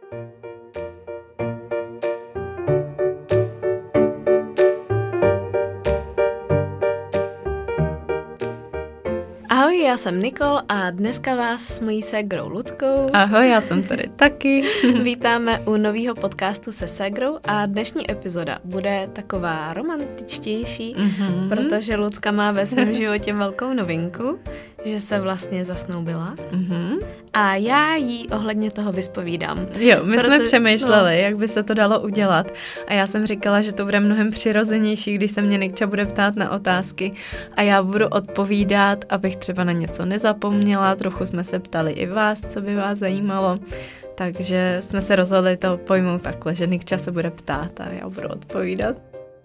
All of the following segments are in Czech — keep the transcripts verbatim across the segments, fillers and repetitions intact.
Ahoj, já jsem Nikol a dneska vás s mojí ségrou Luckou. Ahoj, já jsem tady taky. Vítáme u nového podcastu se ségrou a dnešní epizoda bude taková romantičtější, mm-hmm. protože Lucka má ve svém životě velkou novinku, že se vlastně zasnoubila mm-hmm. a já jí ohledně toho vyspovídám. Jo, my Proto, jsme přemýšleli, no. jak by se to dalo udělat a já jsem říkala, že to bude mnohem přirozenější, když se mě Nikča bude ptát na otázky a já budu odpovídat, abych třeba na něco nezapomněla, trochu jsme se ptali i vás, co by vás zajímalo, takže jsme se rozhodli to pojmout takhle, že Nikča se bude ptát a já budu odpovídat.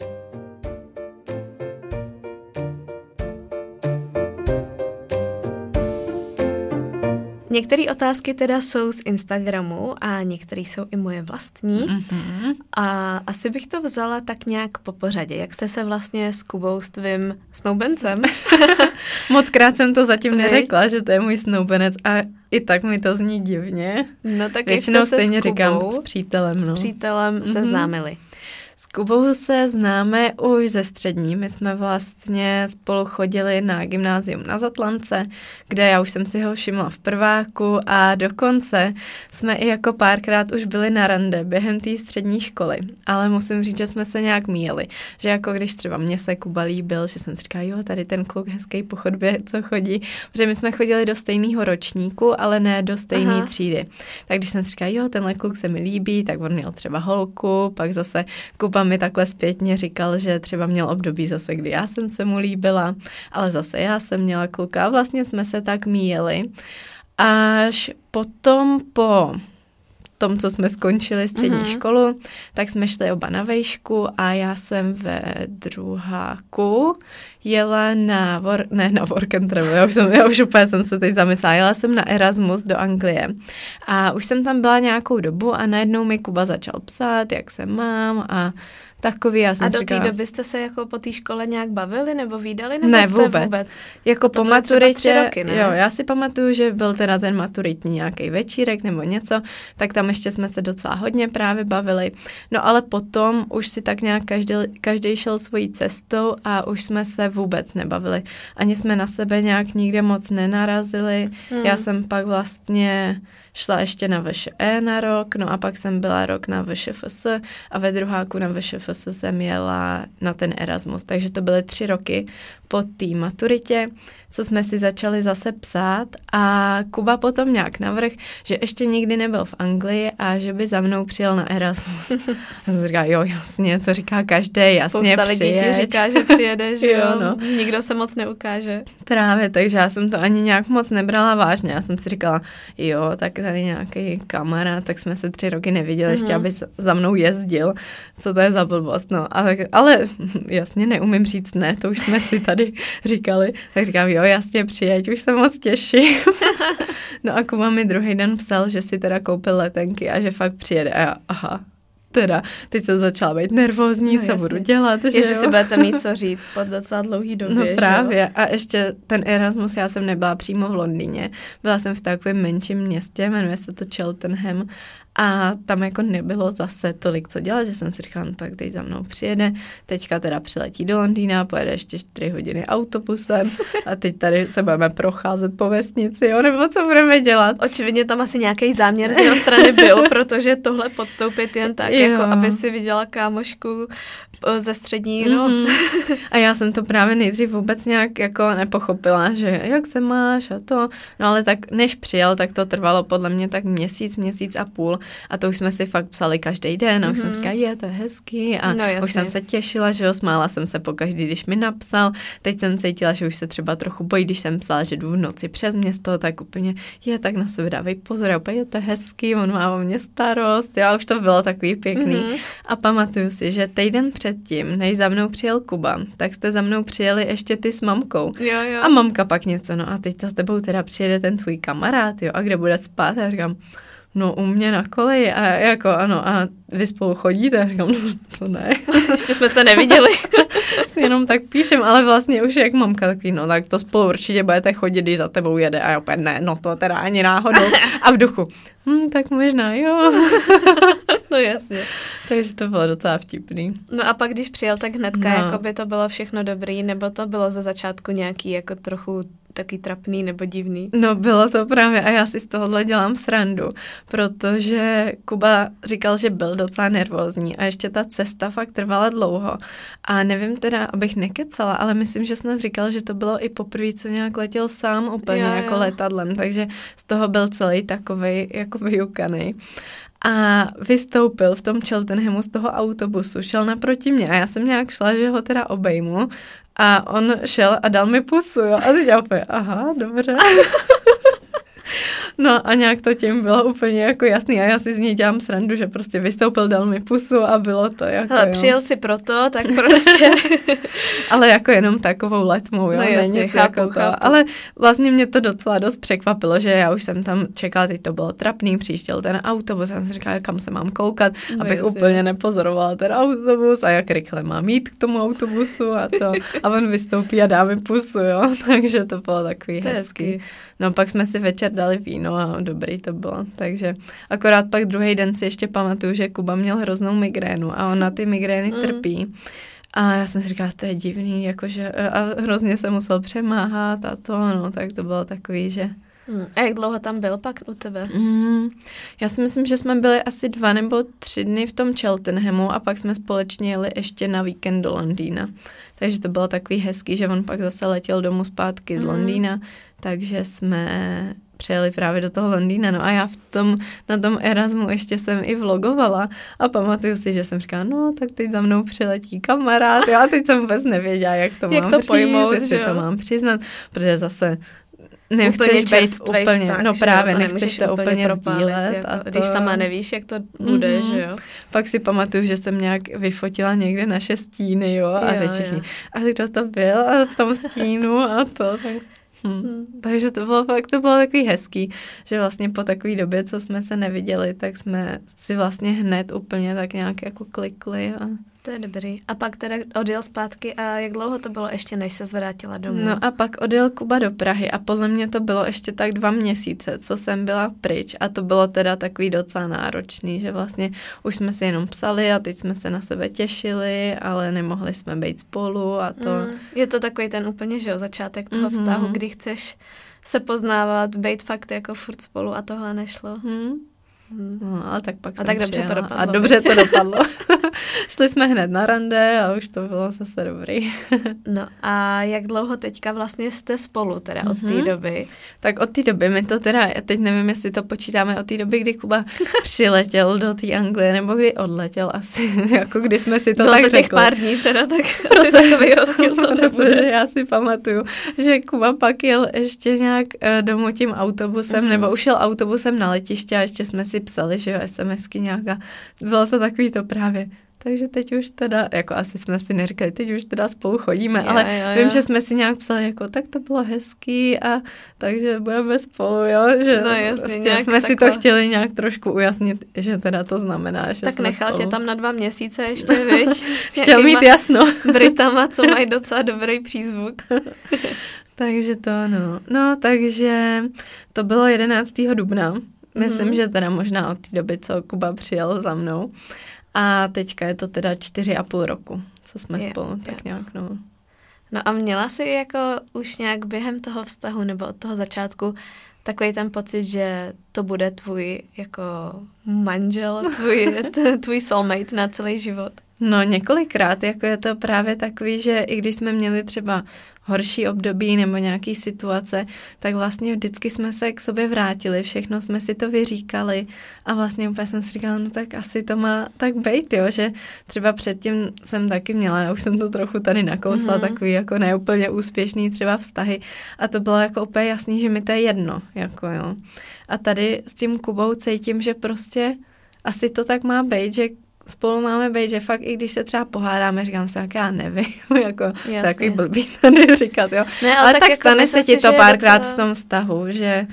Některé otázky teda jsou z Instagramu a některé jsou i moje vlastní. Mm-hmm. A asi bych to vzala tak nějak po pořadě. Jak jste se vlastně s Kubou, s tvým snoubencem? Moc krát jsem to zatím neřekla, že to je můj snoubenec a i tak mi to zní divně. No tak většinou jak jste se stejně s Kubou, říkám s přítelem. No. S přítelem mm-hmm. seznámili. S Kubou se známe už ze střední. My jsme vlastně spolu chodili na gymnázium na Zatlance, kde já už jsem si ho všimla v prváku a dokonce jsme i jako párkrát už byli na rande během té střední školy. Ale musím říct, že jsme se nějak míjeli. Že jako když třeba mě se Kuba líbil, že jsem si říkala, jo, tady ten kluk hezký po chodbě, co chodí. Protože my jsme chodili do stejného ročníku, ale ne do stejné třídy. Tak když jsem si říkala, jo, tenhle kluk se mi líbí, tak on měl třeba holku, pak zase Kuba mi takhle zpětně říkal, že třeba měl období zase, kdy já jsem se mu líbila, ale zase já jsem měla kluka a vlastně jsme se tak míjeli. Až potom po tom, co jsme skončili střední mm-hmm. školu, tak jsme šli oba na vejšku a já jsem ve druháku jela na, vor, ne na work and travel, já už, jsem, já už úplně jsem se teď zamyslela, jela jsem na Erasmus do Anglie a už jsem tam byla nějakou dobu a najednou mi Kuba začal psát, jak se mám a takový, já jsem A do té říkala, doby jste se jako po té škole nějak bavili nebo vídali? Nebo ne, jste vůbec. vůbec? Jako to po maturitě, roky, ne? jo, já si pamatuju, že byl teda ten maturitní nějaký večírek nebo něco, tak tam ještě jsme se docela hodně právě bavili. No ale potom už si tak nějak každý, každý šel svojí cestou a už jsme se vůbec nebavili. Ani jsme na sebe nějak nikde moc nenarazili. Hmm. Já jsem pak vlastně šla ještě na V Š E na rok, no a pak jsem byla rok na V Š F S a ve druháku na V Š F S jsem jela na ten Erasmus, takže to byly tři roky po té maturitě, co jsme si začali zase psát a Kuba potom nějak navrch, že ještě nikdy nebyl v Anglii a že by za mnou přijel na Erasmus. A jsem říkala, jo, jasně, to říká každý, jasně, Spousta lidí ti říká, že přijede, že jo, no. Nikdo se moc neukáže. Právě, takže já jsem to ani nějak moc nebrala vážně, já jsem si říkala, jo, tak tady nějaký kamarád, tak jsme se tři roky neviděli, mm-hmm. ještě aby za mnou jezdil, co to je za blbost, no, a tak, ale jasně neumím říct ne, to už jsme si tady říkali, tak říkám, jo, jasně, přijeď, už se moc těším. No a Kuba mi druhý den psal, že si teda koupil letenky a že fakt přijede a já, aha, teda, teď jsem začala být nervózní, no, co jasně. budu dělat, že Jestli jo? si budete mít co říct po docela dlouhý době, no právě, že jo? A ještě ten Erasmus, já jsem nebyla přímo v Londýně, byla jsem v takovém menším městě, jmenuje se to Cheltenham a tam jako nebylo zase tolik co dělat, že jsem si říkala, no tak teď za mnou přijede, teďka teda přiletí do Londýna, pojede ještě čtyři hodiny autobusem a teď tady se budeme procházet po vesnici, jo, nebo co budeme dělat. Očividně tam asi nějaký záměr z jeho strany byl, protože tohle podstoupit jen tak, jo. Jako aby si viděla kámošku ze střední, no. Mm-hmm. A já jsem to právě nejdřív vůbec nějak jako nepochopila, že jak se máš a to, no ale tak než přijel, tak to trvalo podle mě tak měsíc, měsíc a půl a to už jsme si fakt psali každý den a už mm-hmm. jsem říkala, je, to je hezký a no, už jsem se těšila, že jo, smála jsem se pokaždý, když mi napsal, teď jsem cítila, že už se třeba trochu bojí, když jsem psala, že jdu v noci přes město, tak úplně, je, tak na sebe dávej pozor, a úplně, je to hezký, on má o mě starost, já už to bylo takový pěkný mm-hmm. a pamatuju si, že týden předtím, než za mnou přijel Kuba, tak jste za mnou přijeli ještě ty s mamkou. Jo, jo. A mamka pak něco, no a teď za tebou teda přijede ten tvůj kamarád, jo, a kde bude spát? A já říkám, no u mě na koleji a jako ano a vy spolu chodíte? A říkám, no to ne. Ještě jsme se neviděli. Si jenom tak píšem, ale vlastně už jak mamka takový, no tak to spolu určitě budete chodit, když za tebou jede a já opět ne, no to teda ani náhodou. A v duchu, hm, tak možná jo. No jasně. Takže to bylo docela vtipný. No a pak když přijel, tak hnedka no. jako by to bylo všechno dobrý, nebo to bylo ze začátku nějaký jako trochu taky trapný nebo divný? No bylo to právě a já si z tohohle dělám srandu, protože Kuba říkal, že byl docela nervózní a ještě ta cesta fakt trvala dlouho a nevím teda, abych nekecala, ale myslím, že snad říkal, že to bylo i poprvé, co nějak letěl sám úplně jo, jako jo. letadlem, takže z toho byl celý takovej jako vyjukaný. A vystoupil v tom Cheltenhamu z toho autobusu, šel naproti mě a já jsem nějak šla, že ho teda obejmu a on šel a dal mi pusu, jo, a teď já opět, aha, dobře. No a nějak to tím bylo úplně jako jasný a já si z něj dělám srandu, že prostě vystoupil, dal mi pusu a bylo to jako, hele, jo. Přijel si proto, tak prostě. Ale jako jenom takovou letmou, jo, no jasně, nic chápu, jako to. chápu. Ale vlastně mě to docela dost překvapilo, že já už jsem tam čekala, teď to bylo trapný, přišel ten autobus a jsem si říkala, kam se mám koukat, no abych jasně. úplně nepozorovala ten autobus a jak rychle mám jít k tomu autobusu a to. A on vystoupí a dá mi pusu, jo, takže to bylo takový to hezký. hezký. No pak jsme si večer dali víno a dobrý to bylo, takže akorát pak druhý den si ještě pamatuju, že Kuba měl hroznou migrénu a on na ty migrény mm. trpí. A já jsem si říkala, to je divný, jakože a hrozně se musel přemáhat a to, no, tak to bylo takový, že... Mm. A jak dlouho tam byl pak u tebe? Mm, já si myslím, že jsme byli asi dva nebo tři dny v tom Cheltenhamu a pak jsme společně jeli ještě na víkend do Londýna. Takže to bylo takový hezký, že on pak zase letěl domů zpátky z Londýna, mm. takže jsme přijeli právě do toho Londýna. No a já v tom, na tom Erasmu ještě jsem i vlogovala a pamatuju si, že jsem říkala, no tak teď za mnou přiletí kamarád. Já teď jsem vůbec nevěděla, jak to jak mám to říct, pojmout, jestli to mám přiznat, protože zase nechceš být úplně, vztah, no právě, to nechceš to úplně sdílet. Jako, a to... Když sama nevíš, jak to bude, mm-hmm. že jo. Pak si pamatuju, že jsem nějak vyfotila někde naše stíny, jo, a teď všichni, a kdo to byl a v tom stínu a to, tak... Hmm. Hmm. Takže to bylo fakt, to bylo takový hezký, že vlastně po takové době, co jsme se neviděli, tak jsme si vlastně hned úplně tak nějak jako klikli a... To je dobrý. A pak teda odjel zpátky a jak dlouho to bylo ještě, než se vrátila domů? No a pak odjel Kuba do Prahy a podle mě to bylo ještě tak dva měsíce, co jsem byla pryč a to bylo teda takový docela náročný, že vlastně už jsme si jenom psali a teď jsme se na sebe těšili, ale nemohli jsme být spolu a to... Mm, je to takový ten úplně, že jo, začátek toho mm-hmm. vztahu, kdy chceš se poznávat, být fakt jako furt spolu a tohle nešlo. Mm. No, ale tak pak a jsem tak dobře přijela. to dopadlo. A dobře to dopadlo. Šli jsme hned na rande a už to bylo zase dobrý. No a jak dlouho teďka vlastně jste spolu teda od té doby? Tak od té doby my to teda, teď nevím, jestli to počítáme od té doby, kdy Kuba přiletěl do té Anglie, nebo kdy odletěl asi, jako kdy jsme si to bylo tak to řekli. těch pár dní teda, tak asi takový rozdíl to nebude. Protože já si pamatuju, že Kuba pak jel ještě nějak domů tím autobusem, mm-hmm. nebo už jel autobusem na letiště a ještě jsme si psali, že jo, SMSky nějaká. Bylo to takový to právě. Takže teď už teda, jako asi jsme si neříkali, teď už teda spolu chodíme, jo, ale jo, jo. Vím, že jsme si nějak psali, jako tak to bylo hezký a takže budeme spolu, jo, že no jasně, prostě jsme si to chtěli nějak trošku ujasnit, že teda to znamená, že tak jsme nechal spolu. Tě tam na dva měsíce ještě, viď? Chtěl mít jasno. Britama, co mají docela dobrý přízvuk. Takže to, no. No, takže to bylo jedenáctého dubna. Myslím, mm. že teda možná od té doby, co Kuba přijel za mnou. A teďka je to teda čtyři a půl roku, co jsme je, spolu, je. tak nějak, no. No a měla jsi jako už nějak během toho vztahu nebo od toho začátku takový ten pocit, že to bude tvůj jako manžel, tvůj, tvůj soulmate na celý život? No několikrát, jako je to právě takový, že i když jsme měli třeba horší období nebo nějaký situace, tak vlastně vždycky jsme se k sobě vrátili, všechno jsme si to vyříkali a vlastně úplně jsem si říkala, no tak asi to má tak bejt, jo, že třeba předtím jsem taky měla, já už jsem to trochu tady nakousla, mm-hmm. takový jako neúplně úspěšný třeba vztahy a to bylo jako úplně jasný, že mi to je jedno, jako jo. A tady s tím Kubou cítím, že prostě asi to tak má bejt, že spolu máme být, že fakt i když se třeba pohádáme, říkám si, jak já nevím, jako takový blbý tady říkat, jo. Ne, ale, ale tak, tak jako stane se ti si, to párkrát docela... v tom vztahu, že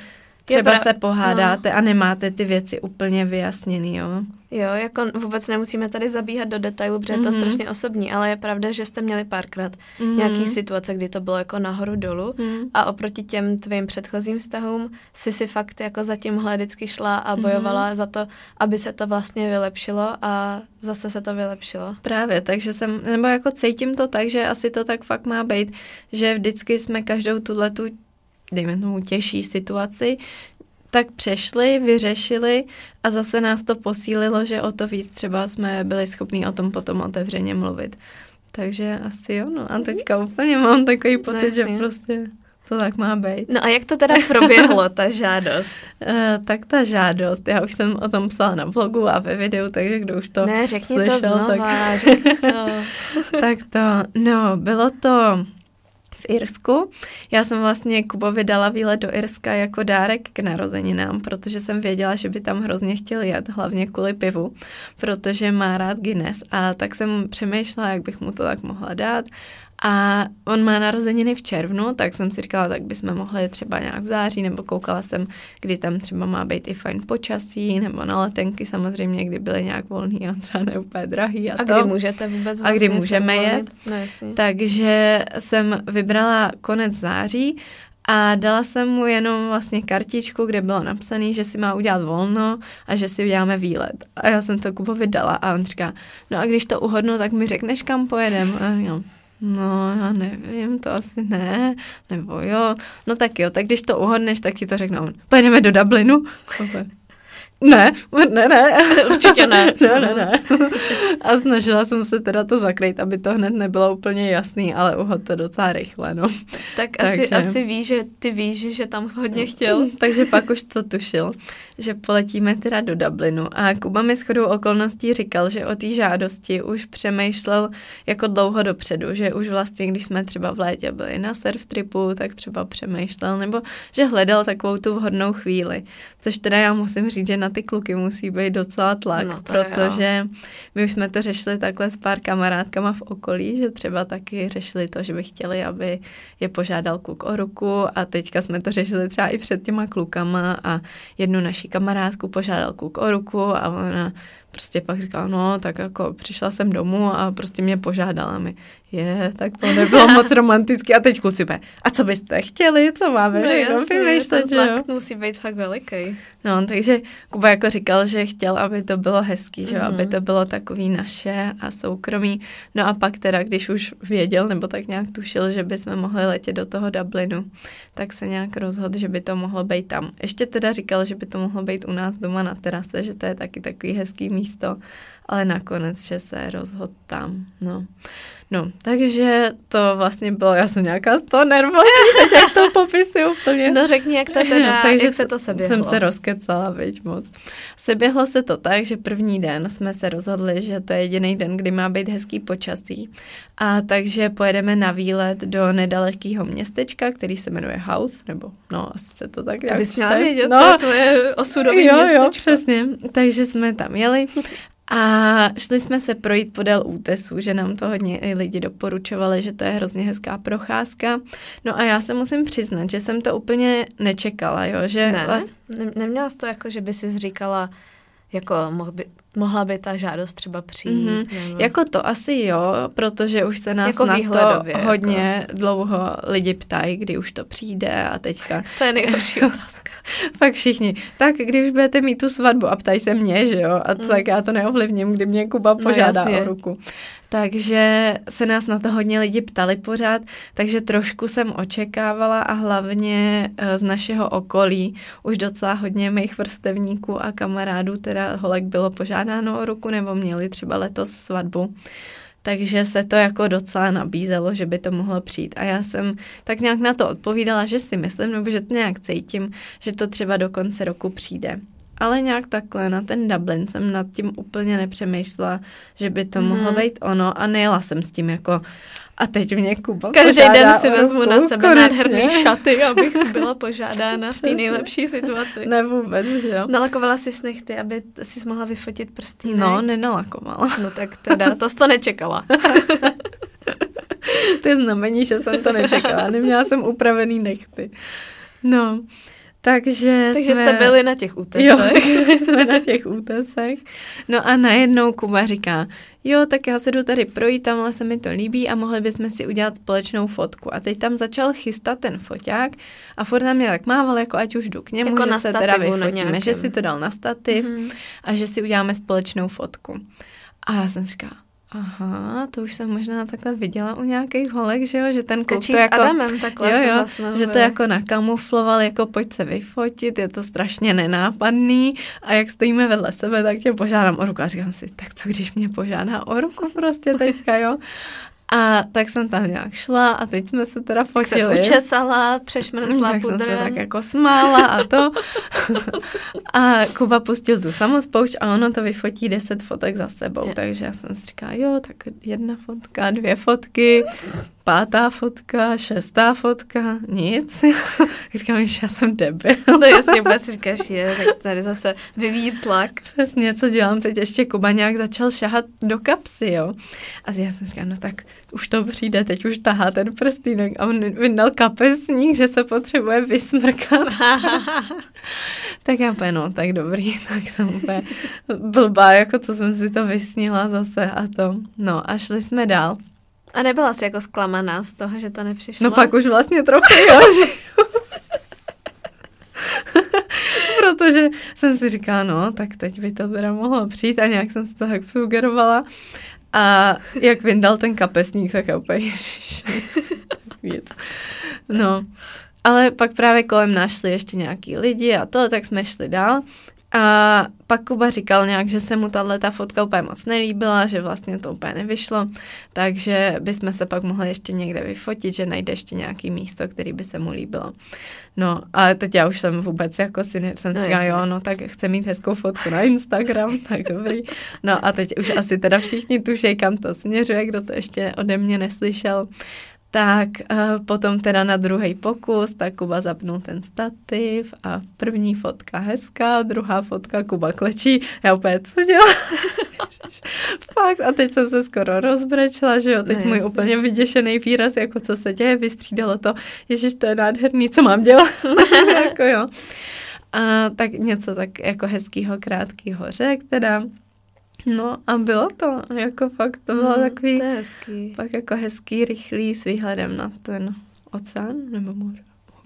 třeba pra... se pohádáte no. a nemáte ty věci úplně vyjasněný, jo. Jo, jako vůbec nemusíme tady zabíhat do detailu, protože mm-hmm. je to strašně osobní, ale je pravda, že jste měli párkrát mm-hmm. nějaký situace, kdy to bylo jako nahoru dolů mm-hmm. a oproti těm tvým předchozím vztahům si si fakt jako za tímhle vždycky šla a bojovala mm-hmm. za to, aby se to vlastně vylepšilo a zase se to vylepšilo. Právě, takže jsem, nebo jako cítím to tak, že asi to tak fakt má být, že vždycky jsme každou tuhletu, dejme tomu těžší situaci, tak přešli, vyřešili a zase nás to posílilo, že o to víc třeba jsme byli schopní o tom potom otevřeně mluvit. Takže asi jo, no a teďka úplně mám takový pocit, že prostě to tak má být. No a jak to teda proběhlo, ta žádost? Uh, tak ta žádost, já už jsem o tom psala na blogu a ve videu, takže kdo už to Ne, řekni slyšel, to znova, tak... řekni to. Tak to, no, bylo to v Irsku. Já jsem vlastně Kubovi dala výlet do Irska jako dárek k narozeninám, protože jsem věděla, že by tam hrozně chtěl jet, hlavně kvůli pivu, protože má rád Guinness a tak jsem přemýšlela, jak bych mu to tak mohla dát. A on má narozeniny v červnu, tak jsem si říkala, tak bychom mohli třeba nějak v září, nebo koukala jsem, kdy tam třeba má být i fajn počasí, nebo na letenky samozřejmě, kdy byly nějak volný a třeba ne úplně drahý. A, a to. kdy můžete vůbec vlastně A kdy můžeme jet. No, takže jsem vybrala konec září a dala jsem mu jenom vlastně kartičku, kde bylo napsané, že si má udělat volno a že si uděláme výlet. A já jsem to Kubovi dala a on říká, no a když to uhodnu, tak mi řekneš, kam pojedem. A já, no, já nevím, to asi ne, nebo jo. No tak jo, tak když to uhodneš, tak ti to řeknu. Pojedeme do Dublinu? Ne, ne, ne. Určitě ne. Ne, ne, ne. A snažila jsem se teda to zakrýt, aby to hned nebylo úplně jasný, ale uhod to docela rychle, no. Tak asi, Takže... asi víš, že ty víš, že tam hodně chtěl. Takže pak už to tušil, že poletíme teda do Dublinu. A Kuba mi shodou okolností říkal, že o té žádosti už přemýšlel jako dlouho dopředu, že už vlastně, když jsme třeba v létě byli na surf tripu, tak třeba přemýšlel, nebo že hledal takovou tu vhodnou chvíli. Což teda já musím říct, že na ty kluky musí být docela tlak, no protože jo. My už jsme to řešili takhle s pár kamarádkama v okolí, že třeba taky řešili to, že by chtěli, aby je požádal kluk o ruku a teďka jsme to řešili třeba i před těma klukama a jednu naši kamarádku požádal kluk o ruku a ona prostě pak říkala, no tak jako přišla jsem domů a prostě mě požádala mi. Je, tak to nebylo moc romanticky a teď kluci úplně, a co byste chtěli, co máme, no že jasně, ten tlak musí být fakt veliký. No, takže Kuba jako říkal, že chtěl, aby to bylo hezký, že mm-hmm. aby to bylo takový naše a soukromí. No a pak teda, když už věděl, nebo tak nějak tušil, že bychom mohli letět do toho Dublinu, tak se nějak rozhodl, že by to mohlo být tam. Ještě teda říkal, že by to mohlo být u nás doma na terase, že to je taky takový hezký místo, ale nakonec, že se rozhodl tam, no. No, takže to vlastně bylo, já jsem nějaká z toho nervózní, teď jak to popisuju úplně. No řekni, jak to teda, takže jak se to seběhlo. Jsem se rozkecala, viď moc. Seběhlo se to tak, že první den jsme se rozhodli, že to je jediný den, kdy má být hezký počasí. A takže pojedeme na výlet do nedalekého městečka, který se jmenuje Howth, nebo no, asi se to tak. To bys měla vědět, no, to je osudový jo, městečko. Jo, přesně. Takže jsme tam jeli. A šli jsme se projít podél útesu, že nám to hodně lidi doporučovali, že to je hrozně hezká procházka. No a já se musím přiznat, že jsem to úplně nečekala, jo, že... Ne, vlast... ne neměla jsi to jako, že by si říkala, jako mohl by, mohla by ta žádost třeba přijít. Mm-hmm. Jako to asi jo, protože už se nás jako na to hodně jako. dlouho lidi ptají, kdy už to přijde a teďka... To je nejhorší otázka. Fakt všichni. Tak když budete mít tu svatbu a ptají se mě, že jo, a mm. tak já to neovlivním, kdy mě Kuba požádá no, o ruku. Takže se nás na to hodně lidi ptali pořád, takže trošku jsem očekávala a hlavně z našeho okolí už docela hodně mých vrstevníků a kamarádů, teda holek bylo požádáno o ruku nebo měli třeba letos svatbu. Takže se to jako docela nabízelo, že by to mohlo přijít. A já jsem tak nějak na to odpovídala, že si myslím, nebo že to nějak cítím, že to třeba do konce roku přijde. Ale nějak takhle na ten Dublin jsem nad tím úplně nepřemýšlela, že by to mm. mohlo být ono a nejela jsem s tím jako a teď mě Kuba každý den si vezmu ruku, na sebe konečně. Nádherný šaty, abych byla požádána v té nejlepší situaci. Ne vůbec, že jo. Nalakovala jsi nechty, aby jsi mohla vyfotit prstýnek? No, nenalakovala. No tak teda, to jsi to nečekala. To je znamení, že jsem to nečekala. Neměla jsem upravený nechty. No, Takže, Takže jsme... jste byli na těch útesech. Jo, byli jsme na těch útesech. No a najednou Kuba říká, jo, tak já se jdu tady projít, tamhle se mi to líbí a mohli bychom si udělat společnou fotku. A teď tam začal chystat ten foťák a furt na mě tak mával, jako ať už jdu k němu, jako že se teda vyfotíme, že si to dal na stativ mm-hmm. a že si uděláme společnou fotku. A já jsem říkala, aha, to už jsem možná takhle viděla u nějakých holek, že jo, že ten kluk to jako... s Adamem takhle jo, se jo, zasnahuje. že to jako nakamufloval, jako pojď se vyfotit, je to strašně nenápadný a jak stojíme vedle sebe, tak tě požádám o ruku a říkám si, tak co když mě požádá o ruku prostě teďka, jo. A tak jsem tam nějak šla a teď jsme se teda fotili. Tak se učesala, přešmrcla tak pudrem. Tak jsem se tak jako smála a to. A Kuba pustil tu samospoušť a ono to vyfotí deset fotek za sebou. Je. Takže já jsem si říkala, jo, tak jedna fotka, dvě fotky, pátá fotka, šestá fotka, nic. Říkám, že já jsem debil. To jasně, vůbec si říkáš, je, tak tady zase vyvíjí tlak. Přesně, co dělám teď, ještě Kuba nějak začal šahat do kapsy, jo. A já jsem říkala, no tak už to přijde, teď už tahá ten prstýnek a on vydal kapesník, že se potřebuje vysmrkat. Tak já úplně, no, tak dobrý, tak jsem úplně blbá, jako co jsem si to vysnila zase a to. No a šli jsme dál. A nebyla jsi jako zklamaná z toho, že to nepřišlo? No pak už vlastně trochu, jo, že protože jsem si říkala, no, tak teď by to teda mohlo přijít a nějak jsem si to tak sugerovala. A jak vyndal ten kapesník, tak úplně ježiš. No, ale pak právě kolem nás šli ještě nějaký lidi a to, tak jsme šli dál. A pak Kuba říkal nějak, že se mu tato fotka úplně moc nelíbila, že vlastně to úplně nevyšlo, takže bychom se pak mohli ještě někde vyfotit, že najde ještě nějaký místo, který by se mu líbilo. No, ale teď já už jsem vůbec jako si ne, jsem no, říkala, jo, no tak chce mít hezkou fotku na Instagram, tak dobrý. No a teď už asi teda všichni tušej, kam to směřuje, kdo to ještě ode mě neslyšel. Tak uh, potom teda na druhý pokus, tak Kuba zapnul ten stativ a první fotka hezká, druhá fotka Kuba klečí. Já úplně, co dělá? Fakt, a teď jsem se skoro rozbrečela, že jo, teď no, můj úplně vyděšený výraz, jako co se děje, vystřídalo to, ježiš, to je nádherný, co mám dělat? Jako jo. A tak něco tak jako hezkýho, krátkýho řek teda. No a bylo to, jako fakt to bylo mm, takový, to je hezký. Pak jako hezký, rychlý s výhledem na ten oceán nebo moře.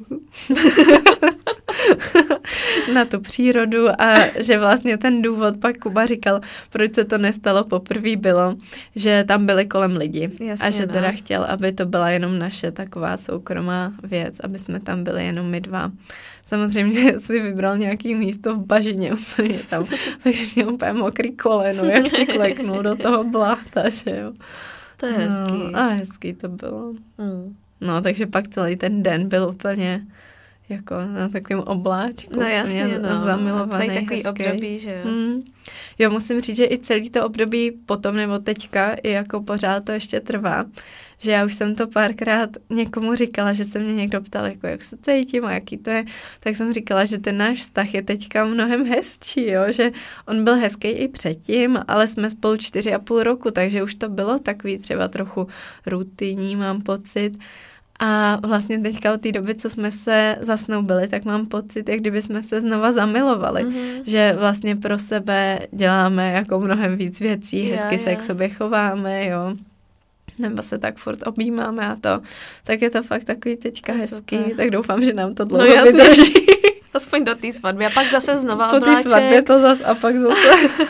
Na tu přírodu a že vlastně ten důvod, pak Kuba říkal, proč se to nestalo poprvé, bylo, že tam byli kolem lidi. Jasně, a že teda no. chtěl, aby to byla jenom naše taková soukromá věc, aby jsme tam byli jenom my dva. Samozřejmě si vybral nějaký místo v bažině úplně tam, takže měl úplně mokrý koleno, jak si kleknul do toho bláta, že jo. To je hezký. No, a hezký to bylo. Mm. No, takže pak celý ten den byl úplně jako na takovém obláčku. No jasně, no. Zamilovaný, celý takový hezký. období, že jo. Mm. Jo, musím říct, že i celý to období potom nebo teďka i jako pořád to ještě trvá. Že já už jsem to párkrát někomu říkala, že se mě někdo ptal, jako jak se cítím a jaký to je, tak jsem říkala, že ten náš vztah je teďka mnohem hezčí, jo? Že on byl hezký i předtím, ale jsme spolu čtyři a půl roku, takže už to bylo takový třeba trochu rutinní, mám pocit. A vlastně teďka od té doby, co jsme se zasnoubili, tak mám pocit, jak kdyby jsme se znova zamilovali. Mm-hmm. Že vlastně pro sebe děláme jako mnohem víc věcí, hezky yeah, se yeah. k sobě chováme, jo. Nebo se tak furt objímáme a to. Tak je to fakt takový teďka hezký, super. Tak doufám, že nám to dlouho no, vydrží. Aspoň do té svatby a pak zase znova po obláček. Po té svatbě to zase a pak zase.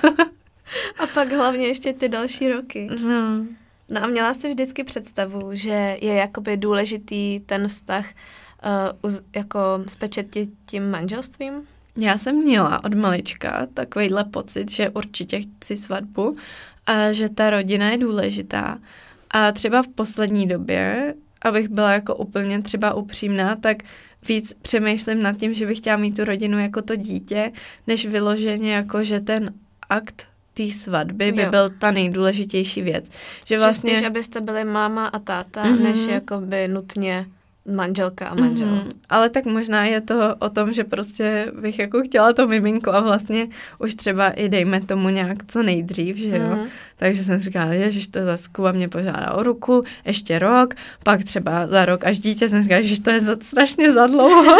A pak hlavně ještě ty další roky. No. No a měla jsi vždycky představu, že je jakoby důležitý ten vztah uh, uz, jako spečetit tím manželstvím? Já jsem měla od malička takovýhle pocit, že určitě chci svatbu a že ta rodina je důležitá. A třeba v poslední době, abych byla jako úplně třeba upřímná, tak víc přemýšlím nad tím, že bych chtěla mít tu rodinu jako to dítě, než vyloženě jako, že ten akt té svatby by jo. byl ta nejdůležitější věc. Že vlastně... Že spíš, abyste byli máma a táta, mm-hmm. než jakoby nutně manželka a manžel. Mm-hmm. Ale tak možná je to o tom, že prostě bych jako chtěla to miminko a vlastně už třeba i dejme tomu nějak co nejdřív, že jo. Mm-hmm. Takže jsem říkala, ježiš, to zase Kuba mě požádá o ruku, ještě rok, pak třeba za rok až dítě, jsem říkala, ježiš, to je za, strašně za dlouho.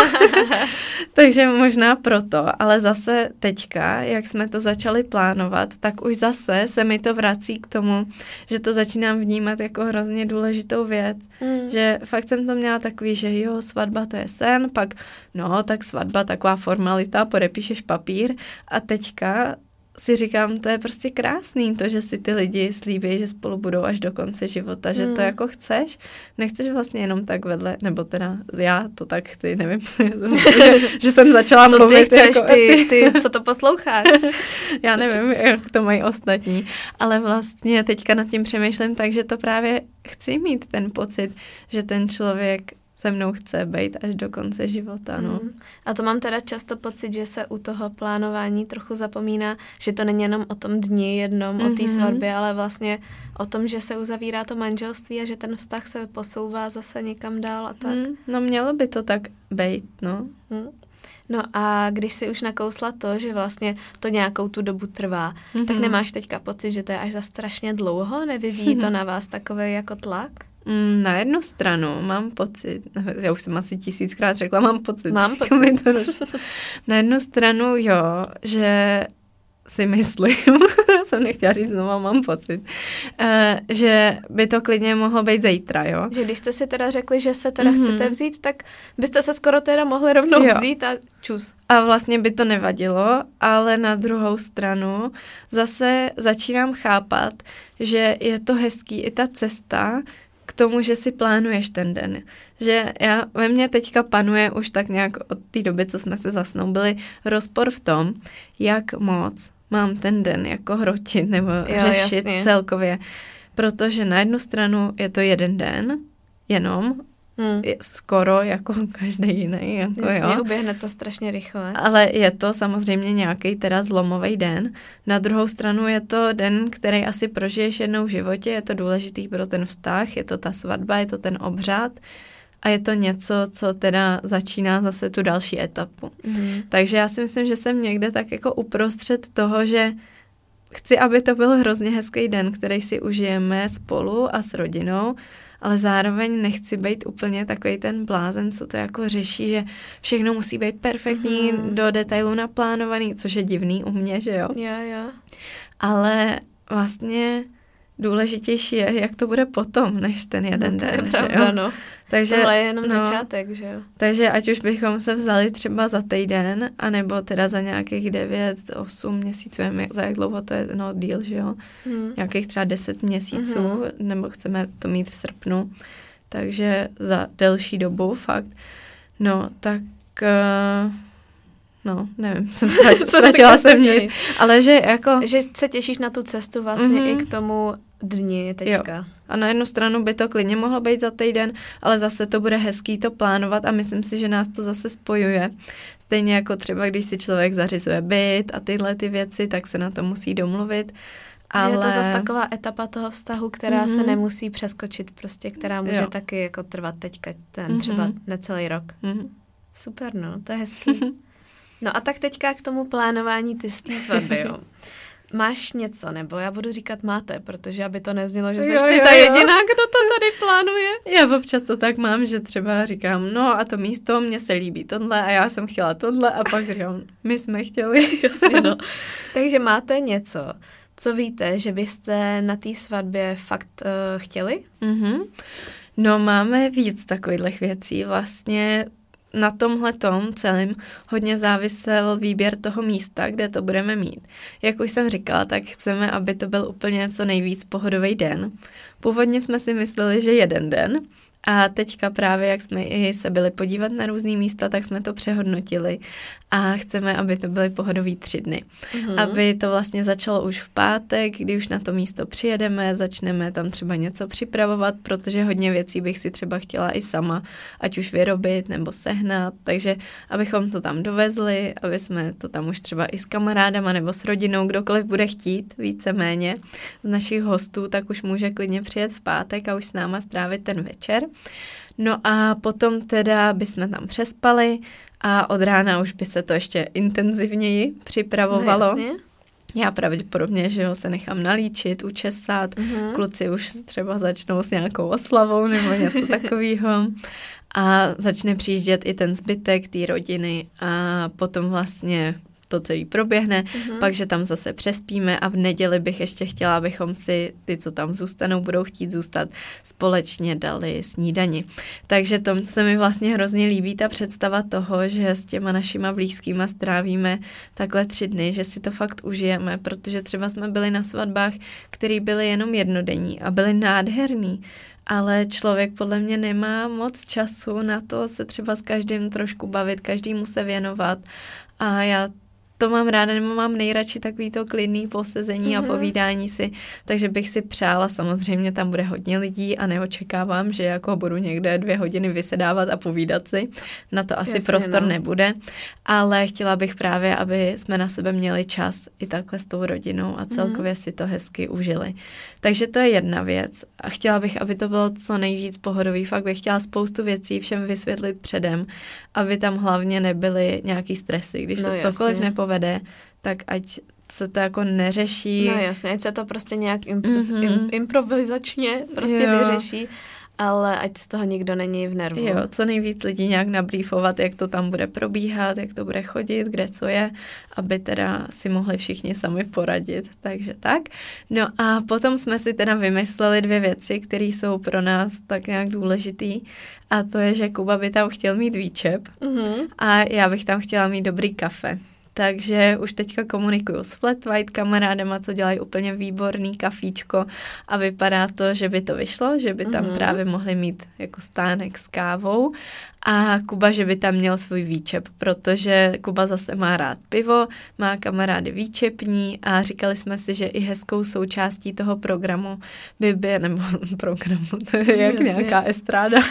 Takže možná proto, ale zase teďka, jak jsme to začali plánovat, tak už zase se mi to vrací k tomu, že to začínám vnímat jako hrozně důležitou věc, mm. že fakt jsem to měla takový, že jo, svatba to je sen, pak no, tak svatba, taková formalita, podepíšeš papír a teďka si říkám, to je prostě krásný, to, že si ty lidi slíbí, že spolu budou až do konce života, mm. že to jako chceš, nechceš vlastně jenom tak vedle, nebo teda já to tak chci, nevím, že, že jsem začala to mluvit. To ty chceš, jako, ty, ty, co to posloucháš. Já nevím, jak to mají ostatní, ale vlastně teďka nad tím přemýšlím tak, že to právě chci mít ten pocit, že ten člověk se mnou chce být až do konce života, no. Mm. A to mám teda často pocit, že se u toho plánování trochu zapomíná, že to není jenom o tom dni jednom, mm-hmm. o té svatbě, ale vlastně o tom, že se uzavírá to manželství a že ten vztah se posouvá zase někam dál a tak. Mm, no mělo by to tak být, no. Mm. No a když si už nakousla to, že vlastně to nějakou tu dobu trvá, mm-hmm. tak nemáš teďka pocit, že to je až za strašně dlouho? Nevyvíjí to na vás takový jako tlak? Mm, na jednu stranu mám pocit, já už jsem asi tisíckrát řekla, mám pocit. Mám pocit. Na jednu stranu jo, že si myslím, jsem nechtěla říct znovu, mám pocit, uh, že by to klidně mohlo být zítra, jo. Že když jste si teda řekli, že se teda mm-hmm. chcete vzít, tak byste se skoro teda mohli rovnou jo. vzít a čus. A vlastně by to nevadilo, ale na druhou stranu zase začínám chápat, že je to hezký i ta cesta k tomu, že si plánuješ ten den. Že já, ve mně teďka panuje už tak nějak od té doby, co jsme se zasnoubili, rozpor v tom, jak moc mám ten den jako hrotit nebo jo, řešit jasně. celkově. Protože na jednu stranu je to jeden den, jenom, hmm. skoro jako každý jiný. Jako, jasně, jo. uběhne to strašně rychle. Ale je to samozřejmě nějaký teda zlomový den. Na druhou stranu je to den, který asi prožiješ jednou v životě, je to důležitý pro ten vztah, je to ta svatba, je to ten obřad a je to něco, co teda začíná zase tu další etapu. Mm. Takže já si myslím, že jsem někde tak jako uprostřed toho, že chci, aby to byl hrozně hezký den, který si užijeme spolu a s rodinou, ale zároveň nechci být úplně takový ten blázen, co to jako řeší, že všechno musí být perfektní, mm. do detailu naplánovaný, což je divný u mě, že jo? Jo, jo. Ale vlastně důležitější je, jak to bude potom, než ten jeden no, to den, je pravda, že jo? No. Takže, tohle je jenom no, začátek, že jo? Takže ať už bychom se vzali třeba za týden, anebo teda za nějakých devět, osm měsíců, za jak dlouho to je, no díl, že jo? Hmm. Nějakých třeba deset měsíců, hmm. nebo chceme to mít v srpnu, takže za delší dobu fakt. No, tak... Uh, No, nevím, jsem ztratila jsem mě, ale že jako... Že se těšíš na tu cestu vlastně mm-hmm. i k tomu dni teďka. Jo. A na jednu stranu by to klidně mohlo být za týden, ale zase to bude hezký to plánovat a myslím si, že nás to zase spojuje. Stejně jako třeba, když si člověk zařizuje byt a tyhle ty věci, tak se na to musí domluvit. Ale... Že je to zase taková etapa toho vztahu, která mm-hmm. se nemusí přeskočit prostě, která může jo. taky jako trvat teďka ten mm-hmm. třeba necelý rok. Mm-hmm. Super, no, to je hezký. No a tak teďka k tomu plánování ty z té svatby, jo. Máš něco, nebo já budu říkat máte, protože aby to neznělo, že jsi ty ta jediná, kdo to tady plánuje. Já občas to tak mám, že třeba říkám, no a to místo, mně se líbí tohle a já jsem chtěla tohle a pak říkám, my jsme chtěli. Jasně, no. Takže máte něco, co víte, že byste na té svatbě fakt uh, chtěli? Mm-hmm. No máme víc takových věcí, vlastně na tomhletom celém hodně závisel výběr toho místa, kde to budeme mít. Jak už jsem říkala, tak chceme, aby to byl úplně co nejvíc pohodový den. Původně jsme si mysleli, že jeden den, a teďka právě, jak jsme i se byli podívat na různý místa, tak jsme to přehodnotili a chceme, aby to byly pohodový tři dny. Mm-hmm. Aby to vlastně začalo už v pátek, kdy už na to místo přijedeme, začneme tam třeba něco připravovat, protože hodně věcí bych si třeba chtěla i sama, ať už vyrobit nebo sehnat, takže abychom to tam dovezli, aby jsme to tam už třeba i s kamarádama nebo s rodinou, kdokoliv bude chtít, víceméně z našich hostů, tak už může klidně přijet v pátek a už s náma strávit ten večer. No a potom teda bychom tam přespali a od rána už by se to ještě intenzivněji připravovalo. No, Já pravděpodobně, že ho se nechám nalíčit, učesat, mm-hmm. kluci už třeba začnou s nějakou oslavou nebo něco takového a začne přijíždět i ten zbytek té rodiny a potom vlastně to celý proběhne, mm-hmm. pak, že tam zase přespíme a v neděli bych ještě chtěla, abychom si ty, co tam zůstanou, budou chtít zůstat, společně dali snídani. Takže to se mi vlastně hrozně líbí ta představa toho, že s těma našima blízkýma strávíme takhle tři dny, že si to fakt užijeme, protože třeba jsme byli na svatbách, které byly jenom jednodenní a byly nádherný, ale člověk podle mě nemá moc času na to se třeba s každým trošku bavit, každému se věnovat a já to mám ráda, nebo mám nejradši takový to klidný posezení mm-hmm. a povídání si, takže bych si přála, samozřejmě tam bude hodně lidí a neočekávám, že jako budu někde dvě hodiny vysedávat a povídat si, na to asi Jasně, prostor no. nebude, ale chtěla bych právě, aby jsme na sebe měli čas i takhle s tou rodinou a celkově mm-hmm. si to hezky užili. Takže to je jedna věc a chtěla bych, aby to bylo co nejvíc pohodový, fakt bych chtěla spoustu věcí všem vysvětlit předem, aby tam hlavně nebyly nějaký stresy, když no, se jasně. cokoliv nepovede, vede, tak ať se to jako neřeší. No jasně, ať se to prostě nějak imp- mm-hmm. im- improvizačně prostě jo. vyřeší, ale ať z toho nikdo není v nervu. Jo, co nejvíc lidí nějak nabrýfovat, jak to tam bude probíhat, jak to bude chodit, kde co je, aby teda si mohli všichni sami poradit. Takže tak. No a potom jsme si teda vymysleli dvě věci, které jsou pro nás tak nějak důležitý. A to je, že Kuba by tam chtěl mít výčep mm-hmm. a já bych tam chtěla mít dobrý kafe. Takže už teďka komunikuju s Flat White kamarádema, co dělají úplně výborný kafíčko a vypadá to, že by to vyšlo, že by tam mm-hmm. právě mohli mít jako stánek s kávou a Kuba, že by tam měl svůj výčep, protože Kuba zase má rád pivo, má kamarády výčepní a říkali jsme si, že i hezkou součástí toho programu by byl, nebo programu, to je jak Jasně. nějaká estráda,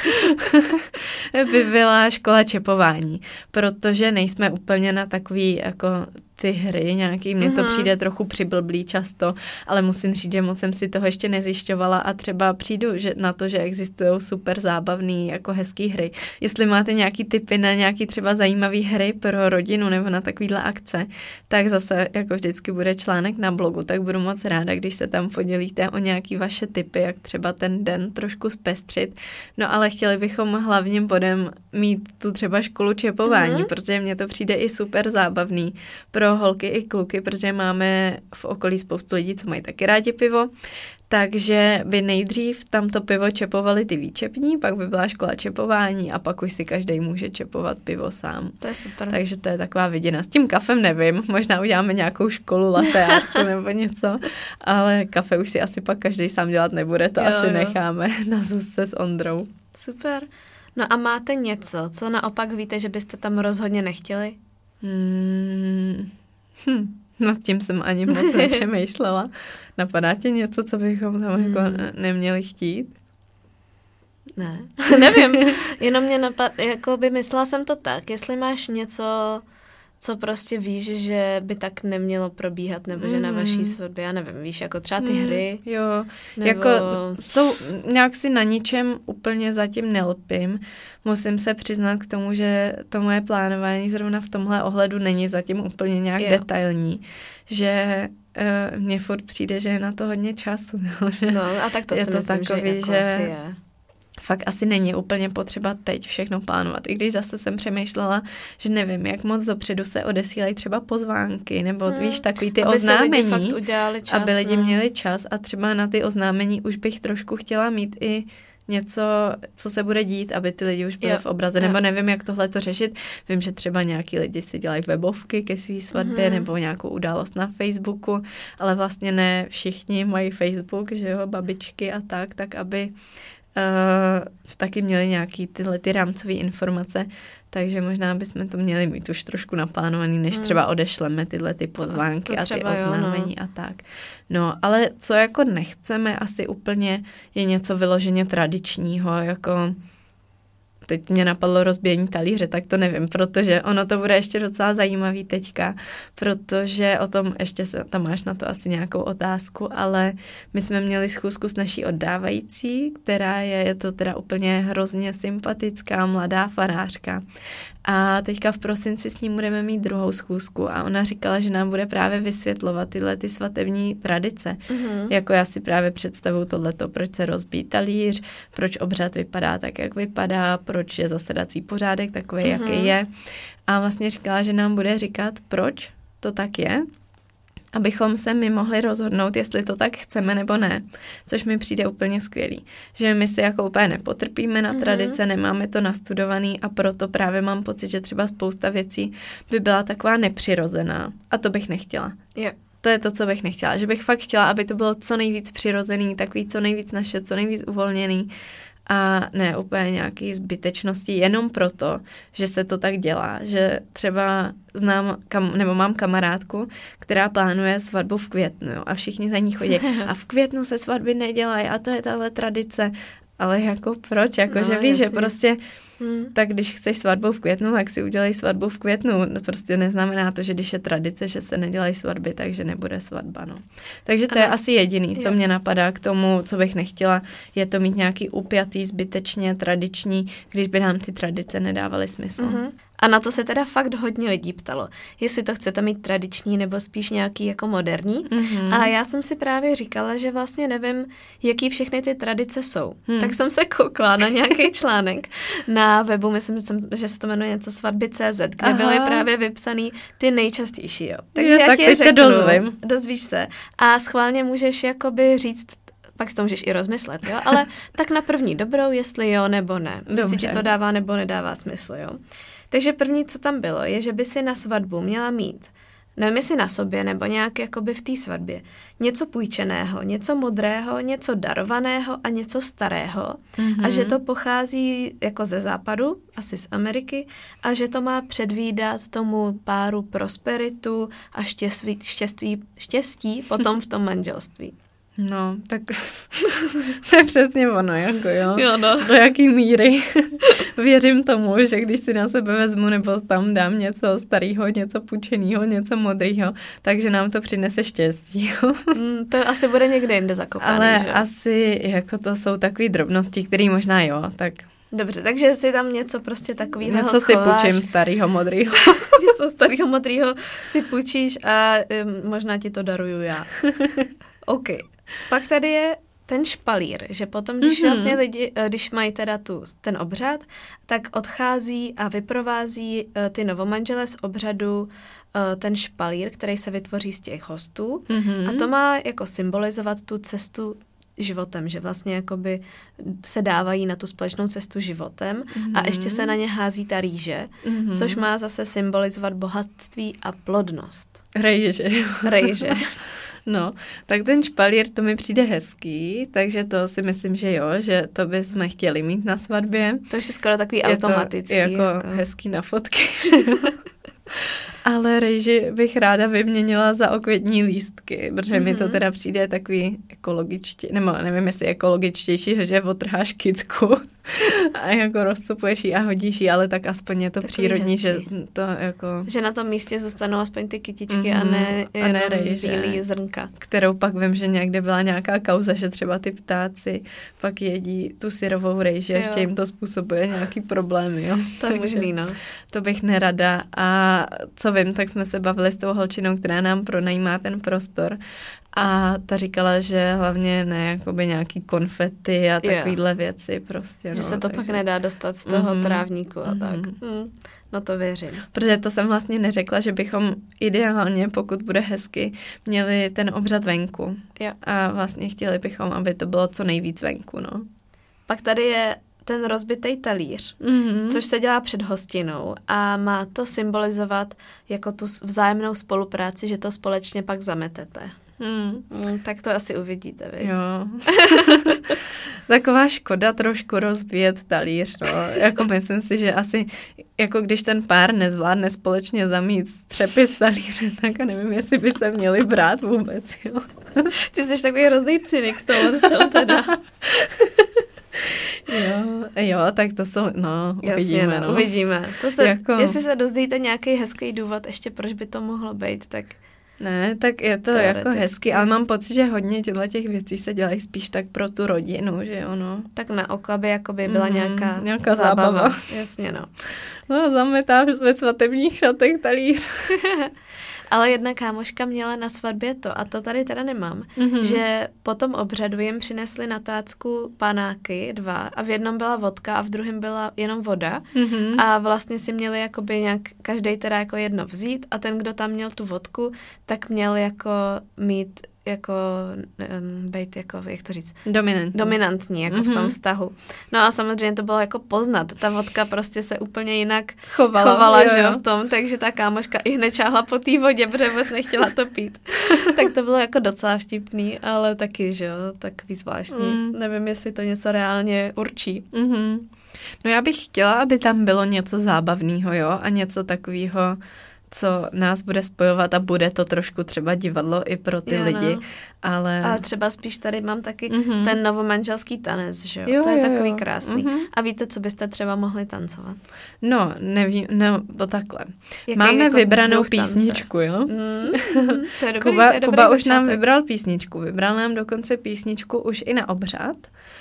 by byla škola čepování, protože nejsme úplně na takový jako ty hry nějaký, mně to mm-hmm. přijde trochu přiblblý často, ale musím říct, že moc jsem si toho ještě nezjišťovala a třeba přijdu že na to, že existují super zábavný, jako hezký hry. Jestli máte nějaký tipy na nějaký třeba zajímavý hry pro rodinu nebo na takovýhle akce, tak zase jako vždycky bude článek na blogu, tak budu moc ráda, když se tam podělíte o nějaký vaše tipy, jak třeba ten den trošku zpestřit. No ale chtěli bychom hlavním bodem mít tu třeba školu čepování, mm-hmm. protože mně to přijde i super zábavný pro holky i kluky, protože máme v okolí spoustu lidí, co mají taky rádi pivo, takže by nejdřív tam to pivo čepovali ty výčepní, pak by byla škola čepování a pak už si každý může čepovat pivo sám. To je super. Takže to je taková viděna. S tím kafem nevím, možná uděláme nějakou školu latte artu nebo něco, ale kafe už si asi pak každý sám dělat nebude, to jo, asi jo. necháme na Zuzce s Ondrou. Super. No a máte něco, co naopak víte, že byste tam rozhodně nechtěli? Hmm... Hm, nad tím jsem ani moc nepřemýšlela. Napadá tě něco, co bychom tam hmm. jako neměli chtít? Ne, nevím. Jenom mě napad, jako by myslela jsem to tak, jestli máš něco, co prostě víš, že by tak nemělo probíhat, nebo mm. že na vaší svatbě, já nevím, víš, jako třeba ty mm. hry. Jo, nebo... jako jsou, nějak si na ničem úplně zatím nelpím. Musím se přiznat k tomu, že to moje plánování zrovna v tomhle ohledu není zatím úplně nějak jo. detailní, že uh, mně furt přijde, že je na to hodně času. Že no a tak to je si to myslím, takový, že, jako že asi je. Fakt asi není úplně potřeba teď všechno plánovat. I když zase jsem přemýšlela, že nevím, jak moc dopředu se odesílají třeba pozvánky, nebo hmm. víš, takový ty aby oznámení, lidi fakt udělali čas, aby lidi no. měli čas a třeba na ty oznámení už bych trošku chtěla mít i něco, co se bude dít, aby ty lidi už byli jo, v obraze, jo. nebo nevím, jak tohle to řešit. Vím, že třeba nějaký lidi si dělají webovky ke svý svatbě, mm-hmm. nebo nějakou událost na Facebooku, ale vlastně ne všichni mají Facebook, že jo, babičky a tak, tak aby Uh, taky měli nějaký tyhle ty rámcové informace, takže možná bychom to měli mít už trošku naplánovaný, než hmm. třeba odešleme tyhle ty pozvánky a ty oznámení jo, no. a tak. No, ale co jako nechceme asi úplně je něco vyloženě tradičního, jako teď mě napadlo rozbíjení talíře, tak to nevím, protože ono to bude ještě docela zajímavý teďka, protože o tom ještě se, tam máš na to asi nějakou otázku, ale my jsme měli schůzku s naší oddávající, která je, je to teda úplně hrozně sympatická mladá farářka A teďka v prosinci s ním budeme mít druhou schůzku a ona říkala, že nám bude právě vysvětlovat tyhle ty svatební tradice. Mm-hmm. Jako já si právě představuju tohleto, proč se rozbíjí talíř, proč obřad vypadá tak, jak vypadá, proč je zasedací pořádek takový, mm-hmm. jaký je. A vlastně říkala, že nám bude říkat, proč to tak je, abychom se my mohli rozhodnout, jestli to tak chceme nebo ne, což mi přijde úplně skvělý. Že my si jako úplně nepotrpíme na tradice, mm-hmm. nemáme to nastudovaný a proto právě mám pocit, že třeba spousta věcí by byla taková nepřirozená a to bych nechtěla. Yeah. To je to, co bych nechtěla, že bych fakt chtěla, aby to bylo co nejvíc přirozený, takový co nejvíc naše, co nejvíc uvolněný a ne úplně nějaký zbytečnosti jenom proto, že se to tak dělá, že třeba znám, kam, nebo mám kamarádku, která plánuje svatbu v květnu, jo, a všichni za ní chodí a v květnu se svatby nedělají a to je tahle tradice, ale jako proč, jako no, že víš, jasně. že prostě hmm. tak když chceš svatbu v květnu, tak si udělej svatbu v květnu, no, prostě neznamená to, že když je tradice, že se nedělají svatby, takže nebude svatba, no. Takže to ano. je asi jediný, co jo. mě napadá k tomu, co bych nechtěla, je to mít nějaký upjatý, zbytečně tradiční, když by nám ty tradice nedávaly smysl. Mm-hmm. A na to se teda fakt hodně lidí ptalo, jestli to chcete mít tradiční nebo spíš nějaký jako moderní. Mm-hmm. A já jsem si právě říkala, že vlastně nevím, jaký všechny ty tradice jsou. Hmm. Tak jsem se koukla na nějaký článek na webu, myslím, že se to jmenuje něco svatby tečka cé zet, kde Aha. byly právě vypsaný ty nejčastější. Jo. Takže je, já tak ti teď řeknu, se dozvím. Dozvíš se. A schválně můžeš jakoby říct, pak si to můžeš i rozmyslet, jo, ale tak na první dobrou, jestli jo nebo ne. Jestli ti to dává nebo nedává smysl, jo. Takže první, co tam bylo, je, že by si na svatbu měla mít, nevím, jestli na sobě, nebo nějak jakoby v té svatbě, něco půjčeného, něco modrého, něco darovaného a něco starého. Mm-hmm. A že to pochází jako ze západu, asi z Ameriky, a že to má předvídat tomu páru prosperitu a štěstí, štěstí, štěstí potom v tom manželství. No, tak to je přesně ono, jako jo. jo no. Do jaký míry věřím tomu, že když si na sebe vezmu nebo tam dám něco starého, něco půjčeného, něco modrého, takže nám to přinese štěstí. mm, to asi bude někde jinde zakopaný, ale že? asi jako to jsou takové drobnosti, které možná jo, tak... Dobře, takže si tam něco prostě takového Něco schováš. Si půjčím starého modrýho. Něco starého modrýho si půjčíš a um, možná ti to daruju já. OK. Pak tady je ten špalír, že potom, když mm-hmm. vlastně lidi, když mají teda tu, ten obřad, tak odchází a vyprovází uh, ty novomanžele z obřadu uh, ten špalír, který se vytvoří z těch hostů. Mm-hmm. A to má jako symbolizovat tu cestu životem, že vlastně jakoby se dávají na tu společnou cestu životem mm-hmm. a ještě se na ně hází ta rýže, mm-hmm. což má zase symbolizovat bohatství a plodnost. Rejže. Rejže. No, tak ten špalír, to mi přijde hezký, takže to si myslím, že jo, že to bychom chtěli mít na svatbě. To už je skoro takový je automatický. Je to jako, jako hezký na fotky. Ale rejži bych ráda vyměnila za okvětní lístky, protože mm-hmm. mi to teda přijde takový ekologičtější, nebo nevím, jestli ekologičtější, že otrháš kytku a jako rozcupuješ ji a hodíš ji, ale tak aspoň je to takový přírodní, hezčí. Že to jako... Že na tom místě zůstanou aspoň ty kytičky mm-hmm. a ne, a ne rejže, bílý zrnka. Kterou pak vím, že někde byla nějaká kauza, že třeba ty ptáci pak jedí tu syrovou rejži, ještě jim to způsobuje nějaký problémy, jo. To je možný, no. To bych nerada a co vím, tak jsme se bavili s tou holčinou, která nám pronajímá ten prostor a ta říkala, že hlavně ne jakoby nějaký konfety a takovýhle yeah. věci prostě. Že no, se to takže... pak nedá dostat z toho mm-hmm. trávníku a tak. Mm-hmm. Mm. No to věřím. Protože to jsem vlastně neřekla, že bychom ideálně, pokud bude hezky, měli ten obřad venku. Yeah. A vlastně chtěli bychom, aby to bylo co nejvíc venku, no. Pak tady je ten rozbitej talíř, mm-hmm. což se dělá před hostinou a má to symbolizovat jako tu vzájemnou spolupráci, že to společně pak zametete. Hmm. Mm, tak to asi uvidíte, viď? Jo. Taková škoda trošku rozbíjet talíř, no. Jako myslím si, že asi, jako když ten pár nezvládne společně zamít střepy z talíře, tak nevím, jestli by se měli brát vůbec, jo. Ty jsi takový hrozný cynik tohle teda. Jo, jo, tak to jsou, no, uvidíme, Jasně, no, no. uvidíme. To se, jako... Jestli se dozvíte nějaký hezký důvod ještě, proč by to mohlo být, tak Ne, tak je to jako hezky, ale mám pocit, že hodně těchto těch věcí se dělají spíš tak pro tu rodinu, že ono. Tak na oko, aby jakoby byla mm, nějaká, nějaká zábava. zábava. Jasně, no. No, zametáš ve svatebních šatech talíř. Ale jedna kámoška měla na svatbě to, a to tady teda nemám, mm-hmm. že po tom obřadu jim přinesli na tácku panáky, dva, a v jednom byla vodka a v druhém byla jenom voda. Mm-hmm. A vlastně si měli jakoby nějak, každej teda jako jedno vzít a ten, kdo tam měl tu vodku, tak měl jako mít jako um, bejt jako, jak to říct? Dominantní. Dominantní, jako mm-hmm. v tom vztahu. No a samozřejmě to bylo jako poznat. Ta vodka prostě se úplně jinak chovala, chovala jo, že jo, v tom, takže ta kámoška i hned čáhla po té vodě, protože vůbec nechtěla to pít. Tak to bylo jako docela vtipný, ale taky, že jo, takový zvláštní. Mm. Nevím, jestli to něco reálně určí. Mm-hmm. No já bych chtěla, aby tam bylo něco zábavného, jo, a něco takového, co nás bude spojovat a bude to trošku třeba divadlo i pro ty jo, lidi, no. ale... Ale třeba spíš tady mám taky mm-hmm. ten novomanželský tanec, že jo? jo to je jo, takový jo. krásný. Mm-hmm. A víte, co byste třeba mohli tancovat? No, nevím, no, bo takhle. Jaký Máme jako vybranou písničku, jo? Mm, to je dobrý, Kuba, to je dobrý Kuba začátek. Už nám vybral písničku. Vybral nám dokonce písničku už i na obřad.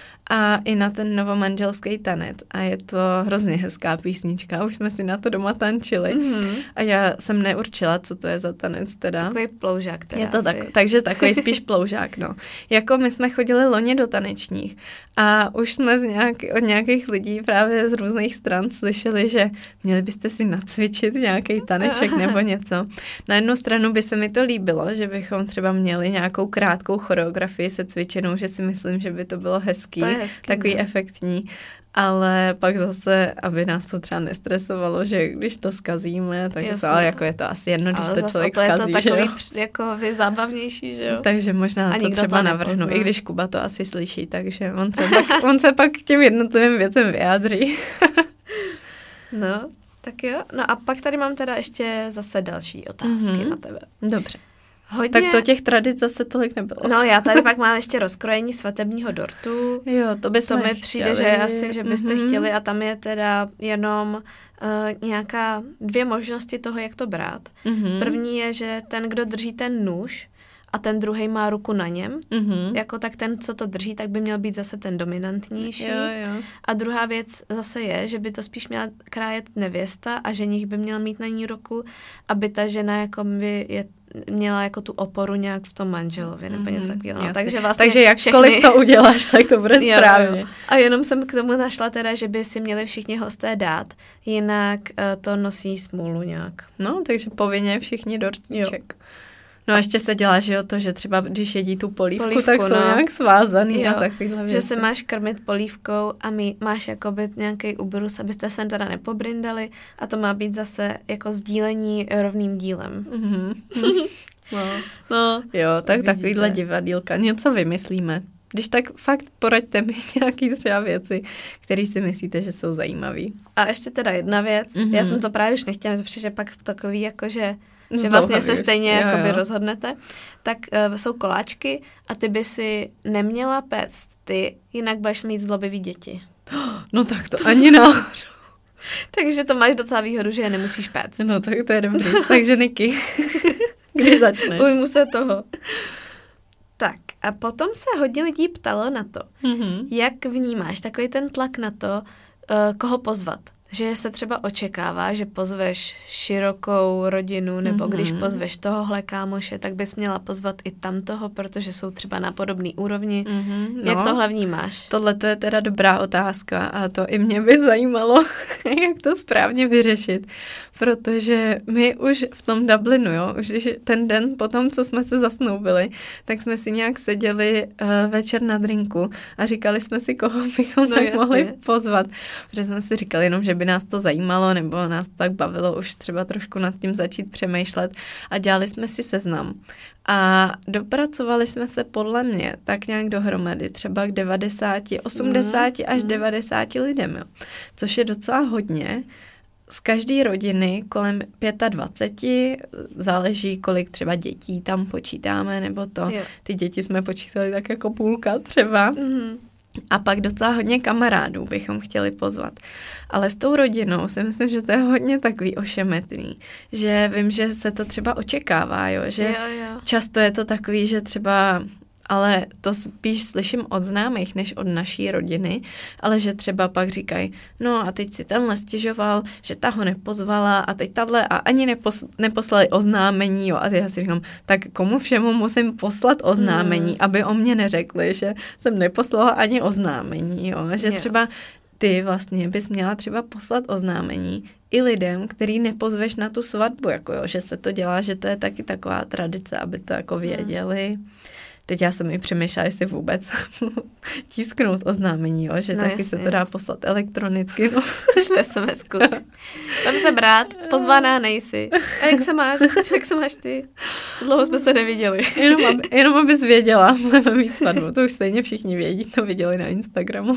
A i na ten novomanželský tanec. A je to hrozně hezká písnička. Už jsme si na to doma tančili. Mm-hmm. A já jsem neurčila, co to je za tanec teda. Takový ploužák teda je to asi. Tak, takže takový spíš ploužák, no. Jako my jsme chodili loni do tanečních a už jsme z nějaký, od nějakých lidí právě z různých stran slyšeli, že měli byste si nacvičit nějaký taneček nebo něco. Na jednu stranu by se mi to líbilo, že bychom třeba měli nějakou krátkou choreografii se cvičenou, že si myslím, že by to bylo hezký. To hezký, takový ne? efektní, ale pak zase, aby nás to třeba nestresovalo, že když to zkazíme, tak Jasně. ale jako je to asi jedno, když ale to člověk to zkazí, je to takový že jako zábavnější, že jo? Takže možná a to třeba to navrhnu, nepozná. i když Kuba to asi slyší, takže on se pak, on se pak k těm jednotlivým věcem vyjádří. No, tak jo. No a pak tady mám teda ještě zase další otázky mm-hmm. na tebe. Dobře. Hodně... Tak to těch tradic zase tolik nebylo. No já tady pak mám ještě rozkrojení svatebního dortu. Jo, to bychom To mi přijde, chtěli. že asi, že byste mm-hmm. chtěli a tam je teda jenom uh, nějaká dvě možnosti toho, jak to brát. Mm-hmm. První je, že ten, kdo drží ten nůž a ten druhej má ruku na něm, mm-hmm. jako tak ten, co to drží, tak by měl být zase ten dominantnější. Jo, jo. A druhá věc zase je, že by to spíš měla krájet nevěsta a ženich by měl mít na ní ruku, aby ta žena jako by je měla jako tu oporu nějak v tom manželovi, nebo něco takového. No, takže vlastně takže jakkoliv všechny... to uděláš, tak to bude správně. Jo, jo. A jenom jsem k tomu našla teda, že by si měli všichni hosté dát, jinak uh, to nosí smůlu nějak. No, takže povinně všichni dortíček. Jo. No a ještě se dělá, že jo, to, že třeba když jedí tu polívku, polívku tak jsou no. nějak svázaný jo, a takovýhle věci. Že se máš krmit polívkou a mý, máš jakoby nějaký ubrus, abyste se teda nepobrindali a to má být zase jako sdílení rovným dílem. Mm-hmm. no. no. Jo, tak vidíte. Takovýhle divadýlka, něco vymyslíme. Když tak fakt poraďte mi nějaký třeba věci, které si myslíte, že jsou zajímavé. A ještě teda jedna věc, mm-hmm. já jsem to právě už nechtěla, protože pak takový jakože že Zdlouhavý vlastně se už. stejně jo, jakoby jo. rozhodnete, tak uh, jsou koláčky a ty by si neměla péct ty, jinak budeš mít zlobivý děti. No tak to ani náhodou. Takže to máš docela výhodu, že je nemusíš péct. No tak to je dobrý. Takže Niky, kdy začneš? Ujmu se toho. Tak a potom se hodně lidí ptalo na to, mm-hmm. jak vnímáš takový ten tlak na to, uh, koho pozvat. Že se třeba očekává, že pozveš širokou rodinu, nebo mm-hmm. když pozveš tohohle kámoše, tak bys měla pozvat i tamtoho, protože jsou třeba na podobný úrovni. Mm-hmm, no. Jak tohle vnímáš? Tohle to je teda dobrá otázka a to i mě by zajímalo, jak to správně vyřešit, protože my už v tom Dublinu, jo, už ten den potom, co jsme se zasnoubili, tak jsme si nějak seděli uh, večer na drinku a říkali jsme si, koho bychom no, tak mohli pozvat. Protože jsme si říkali jenom, že by nás to zajímalo, nebo nás to tak bavilo už třeba trošku nad tím začít přemýšlet a dělali jsme si seznam. A dopracovali jsme se podle mě tak nějak dohromady, třeba k devadesáti, osmdesáti až devadesáti lidem, jo. Což je docela hodně. Z každé rodiny kolem dvaceti pěti, záleží, kolik třeba dětí tam počítáme, nebo to. Jo. Ty děti jsme počítali tak jako půlka třeba. Mm-hmm. A pak docela hodně kamarádů bychom chtěli pozvat. Ale s tou rodinou si myslím, že to je hodně takový ošemetný. Že vím, že se to třeba očekává, jo? Že jo, jo. často je to takový, že třeba, ale to spíš slyším od známých, než od naší rodiny, ale že třeba pak říkají, no a teď si tenhle stěžoval, že ta ho nepozvala a teď tahle a ani nepos, neposlali oznámení, jo? A já si říkám, tak komu všemu musím poslat oznámení, mm. aby o mě neřekli, že jsem neposlala ani oznámení, jo? Že jo. Třeba ty vlastně bys měla třeba poslat oznámení i lidem, který nepozveš na tu svatbu, jako jo, že se to dělá, že to je taky taková tradice, aby to jako věděli. Mm. Teď já jsem i přemýšlela, jestli vůbec tisknout oznámení, jo, že no taky jasně. se to dá poslat elektronicky. No. Pošle es em esku. Tam se brát, pozvaná nejsi. A jak se máš? Jak se máš ty? Dlouho jsme se neviděli. Jenom, aby, jenom abys věděla, budeme mít svatbu. To už stejně všichni vědí, to viděli na Instagramu.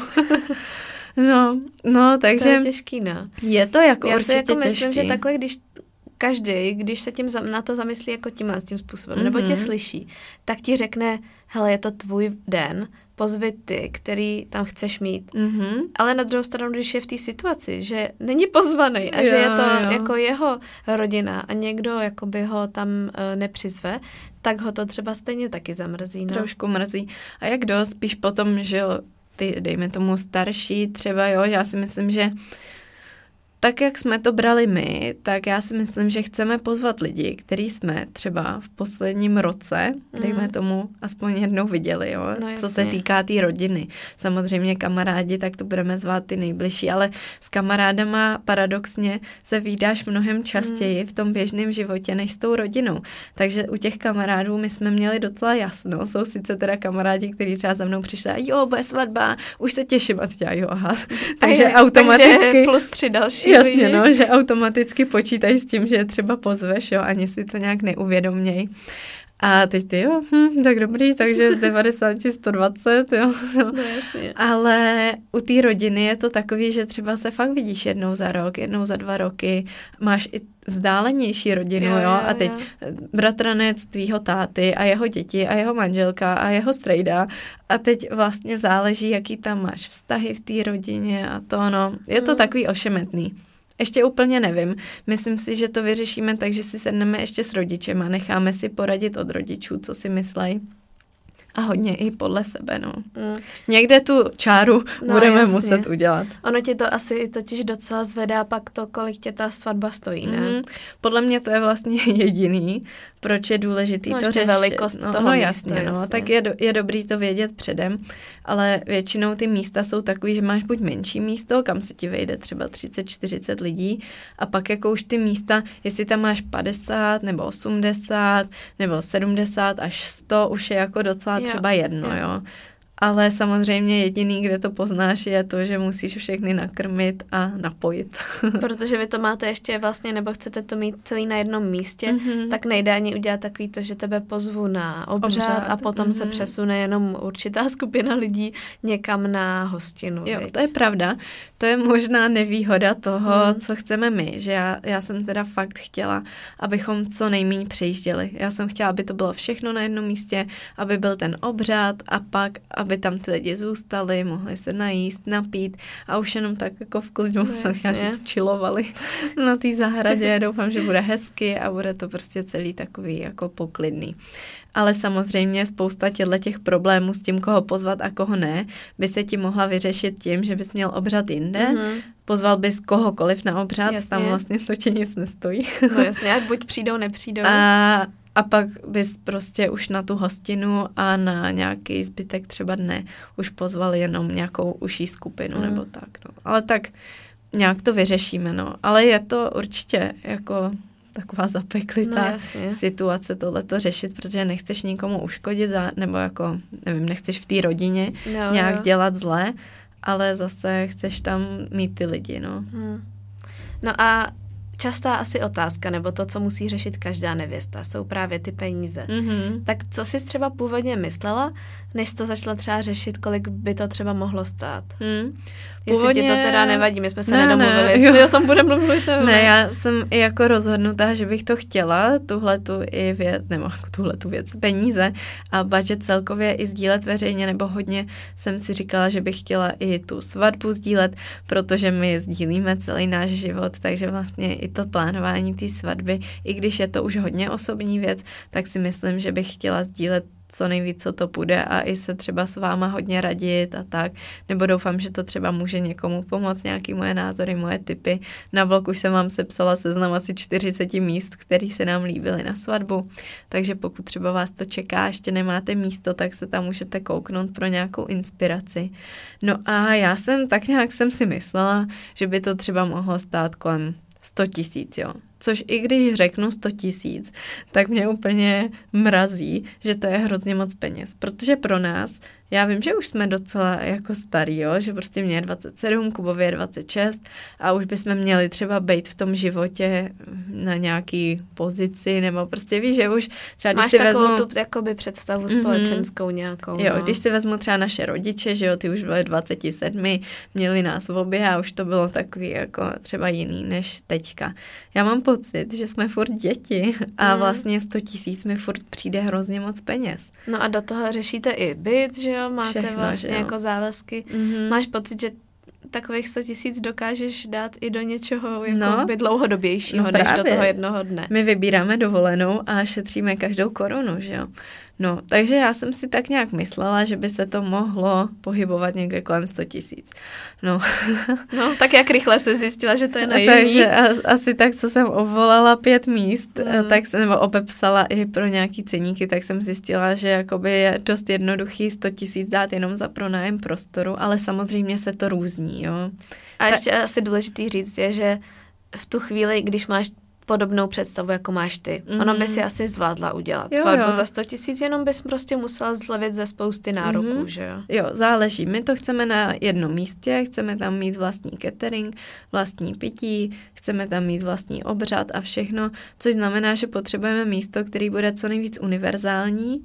No, no, takže... To je těžký, no. Je to jako já určitě si jako těžký. myslím, že takhle, když každý, když se tím na to zamyslí jako tímhle s tím způsobem, mm-hmm. nebo tě slyší, tak ti řekne, hele, je to tvůj den, pozvi ty, který tam chceš mít. Mm-hmm. Ale na druhou stranu, když je v té situaci, že není pozvaný a jo, že je to jo. jako jeho rodina a někdo jakoby ho tam uh, nepřizve, tak ho to třeba stejně taky zamrzí. No. Trošku mrzí. A jak dost, spíš potom, že jo, ty, dejme tomu starší třeba, jo, já si myslím, že tak, jak jsme to brali my, tak já si myslím, že chceme pozvat lidi, který jsme třeba v posledním roce, dejme tomu, aspoň jednou viděli, jo, no co se týká té tý rodiny. Samozřejmě kamarádi, tak to budeme zvát ty nejbližší, ale s kamarádama paradoxně se vídáš mnohem častěji v tom běžném životě, než s tou rodinou. Takže u těch kamarádů my jsme měli docela jasno. Jsou sice teda kamarádi, kteří třeba za mnou přišli a jo, bude svatba, už se těším a teď jo, aha. Takže je, automaticky... Takže plus tři další. Jasně, no, že automaticky počítají s tím, že třeba pozveš, jo, ani si to nějak neuvědoměj. A teď ty, jo, hm, tak dobrý, takže z devadesát sto dvacet, jo. No, jasně. Ale u té rodiny je to takový, že třeba se fakt vidíš jednou za rok, jednou za dva roky, máš i vzdálenější rodinu, jo, jo, jo a teď jo. bratranec tvýho táty a jeho děti a jeho manželka a jeho strejda a teď vlastně záleží, jaký tam máš vztahy v té rodině a to, no, je to hmm. takový ošemetný. Ještě úplně nevím. Myslím si, že to vyřešíme tak, že si sedneme ještě s rodičem a necháme si poradit od rodičů, co si myslejí. A hodně i podle sebe, no. Mm. Někde tu čáru no, budeme jasně. muset udělat. Ono ti to asi totiž docela zvedá pak to, kolik tě ta svatba stojí, ne? Mm. Podle mě to je vlastně jediný, proč je důležitý no, to řešit. velikost no, toho no, místa, jasně, jasně. No, tak je, do, je dobrý to vědět předem, ale většinou ty místa jsou takový, že máš buď menší místo, kam se ti vejde třeba třicet čtyřicet lidí a pak jako už ty místa, jestli tam máš padesát nebo osmdesát nebo sedmdesát až sto, už je jako docela jo, třeba jedno, jo. jo. Ale samozřejmě jediný, kde to poznáš, je to, že musíš všechny nakrmit a napojit. Protože vy to máte ještě vlastně, nebo chcete to mít celý na jednom místě, mm-hmm. tak nejde ani udělat takový to, že tebe pozvu na obřad, obřad a potom mm-hmm. se přesune jenom určitá skupina lidí někam na hostinu. Jo, viď? To je pravda. To je možná nevýhoda toho, mm. co chceme my, že já, já jsem teda fakt chtěla, abychom co nejméně přejížděli. Já jsem chtěla, aby to bylo všechno na jednom místě, aby byl ten obřad a pak, aby tam ty lidi zůstali, mohli se najíst, napít a už jenom tak jako v klidu no, jsem chtěla říct, čilovali na té zahradě. Doufám, že bude hezky a bude to prostě celý takový jako poklidný. Ale samozřejmě spousta těch problémů s tím, koho pozvat a koho ne, by se ti mohla vyřešit tím, že bys měl obřad jinde, mm-hmm. pozval bys kohokoliv na obřad, jasně. Tam vlastně to tě nic nestojí. No jasně, ať buď přijdou, nepřijdou. A, a pak bys prostě už na tu hostinu a na nějaký zbytek třeba dne už pozval jenom nějakou užší skupinu mm. nebo tak. No. Ale tak nějak to vyřešíme, no. Ale je to určitě jako taková zapeklitá no, situace tohleto řešit, protože nechceš nikomu uškodit nebo jako, nevím, nechceš v té rodině no, nějak jo. dělat zlé, ale zase chceš tam mít ty lidi, no. Hmm. No a častá asi otázka, nebo to, co musí řešit každá nevěsta, jsou právě ty peníze. Mm-hmm. Tak co jsi třeba původně myslela, než jsi to začala třeba řešit, kolik by to třeba mohlo stát? Hmm. Jestli Původně... ti to teda nevadí, my jsme se ne, nedomluvili, ne, jestli jo. o tom budeme mluvit. Nebo ne, já jsem i jako rozhodnutá, že bych to chtěla, tuhletu i věc, nebo tuhletu věc, peníze a budget celkově i sdílet veřejně, nebo hodně jsem si říkala, že bych chtěla i tu svatbu sdílet, protože my sdílíme celý náš život, takže vlastně i to plánování té svatby, i když je to už hodně osobní věc, tak si myslím, že bych chtěla sdílet co nejvíc, co to půjde a i se třeba s váma hodně radit a tak, nebo doufám, že to třeba může někomu pomoct, nějaký moje názory, moje tipy. Na blog už jsem vám sepsala seznam asi čtyřicet míst, který se nám líbily na svatbu, takže pokud třeba vás to čeká, ještě nemáte místo, tak se tam můžete kouknout pro nějakou inspiraci. No a já jsem tak nějak jsem si myslela, že by to třeba mohlo stát kolem sto tisíc, jo. Což i když řeknu sto tisíc, tak mě úplně mrazí, že to je hrozně moc peněz. Protože pro nás, já vím, že už jsme docela jako starý, jo? Že prostě mě je dvacet sedm, Kubovi je dvacet šest a už bychom měli třeba být v tom životě na nějaký pozici, nebo prostě víš, že už třeba když máš si takovou vezmu... tu jakoby představu společenskou mm-hmm. nějakou. Jo, no. když si vezmu třeba naše rodiče, že jo, ty už byly dvacet sedm, měli nás v obě a už to bylo takový jako třeba jiný než teďka. Já mám pocit, že jsme furt děti a vlastně sto tisíc mi furt přijde hrozně moc peněz. No a do toho řešíte i byt, že jo, máte všechno, vlastně že jo. jako závazky. Mm-hmm. Máš pocit, že takových sto tisíc dokážeš dát i do něčeho jako no, by dlouhodobějšího, no než právě. do toho jednoho dne. My vybíráme dovolenou a šetříme každou korunu, že jo. No, takže já jsem si tak nějak myslela, že by se to mohlo pohybovat někde kolem sto tisíc. No. no, tak jak rychle jsi zjistila, že to je naivní? Takže asi tak, co jsem obvolala pět míst, mm. tak jsem, nebo obepsala i pro nějaký ceníky, tak jsem zjistila, že jakoby je dost jednoduchý sto tisíc dát jenom za pronájem prostoru, ale samozřejmě se to různí, jo. A ještě Ta... asi důležitý říct je, že v tu chvíli, když máš podobnou představu, jako máš ty. Mm-hmm. Ono by si asi zvládla udělat. Jo, svatbu jo. za sto tisíc, jenom bys prostě musela zlevit ze spousty nároků, mm-hmm. že jo? Jo, záleží. My to chceme na jednom místě, chceme tam mít vlastní catering, vlastní pití, chceme tam mít vlastní obřad a všechno, což znamená, že potřebujeme místo, který bude co nejvíc univerzální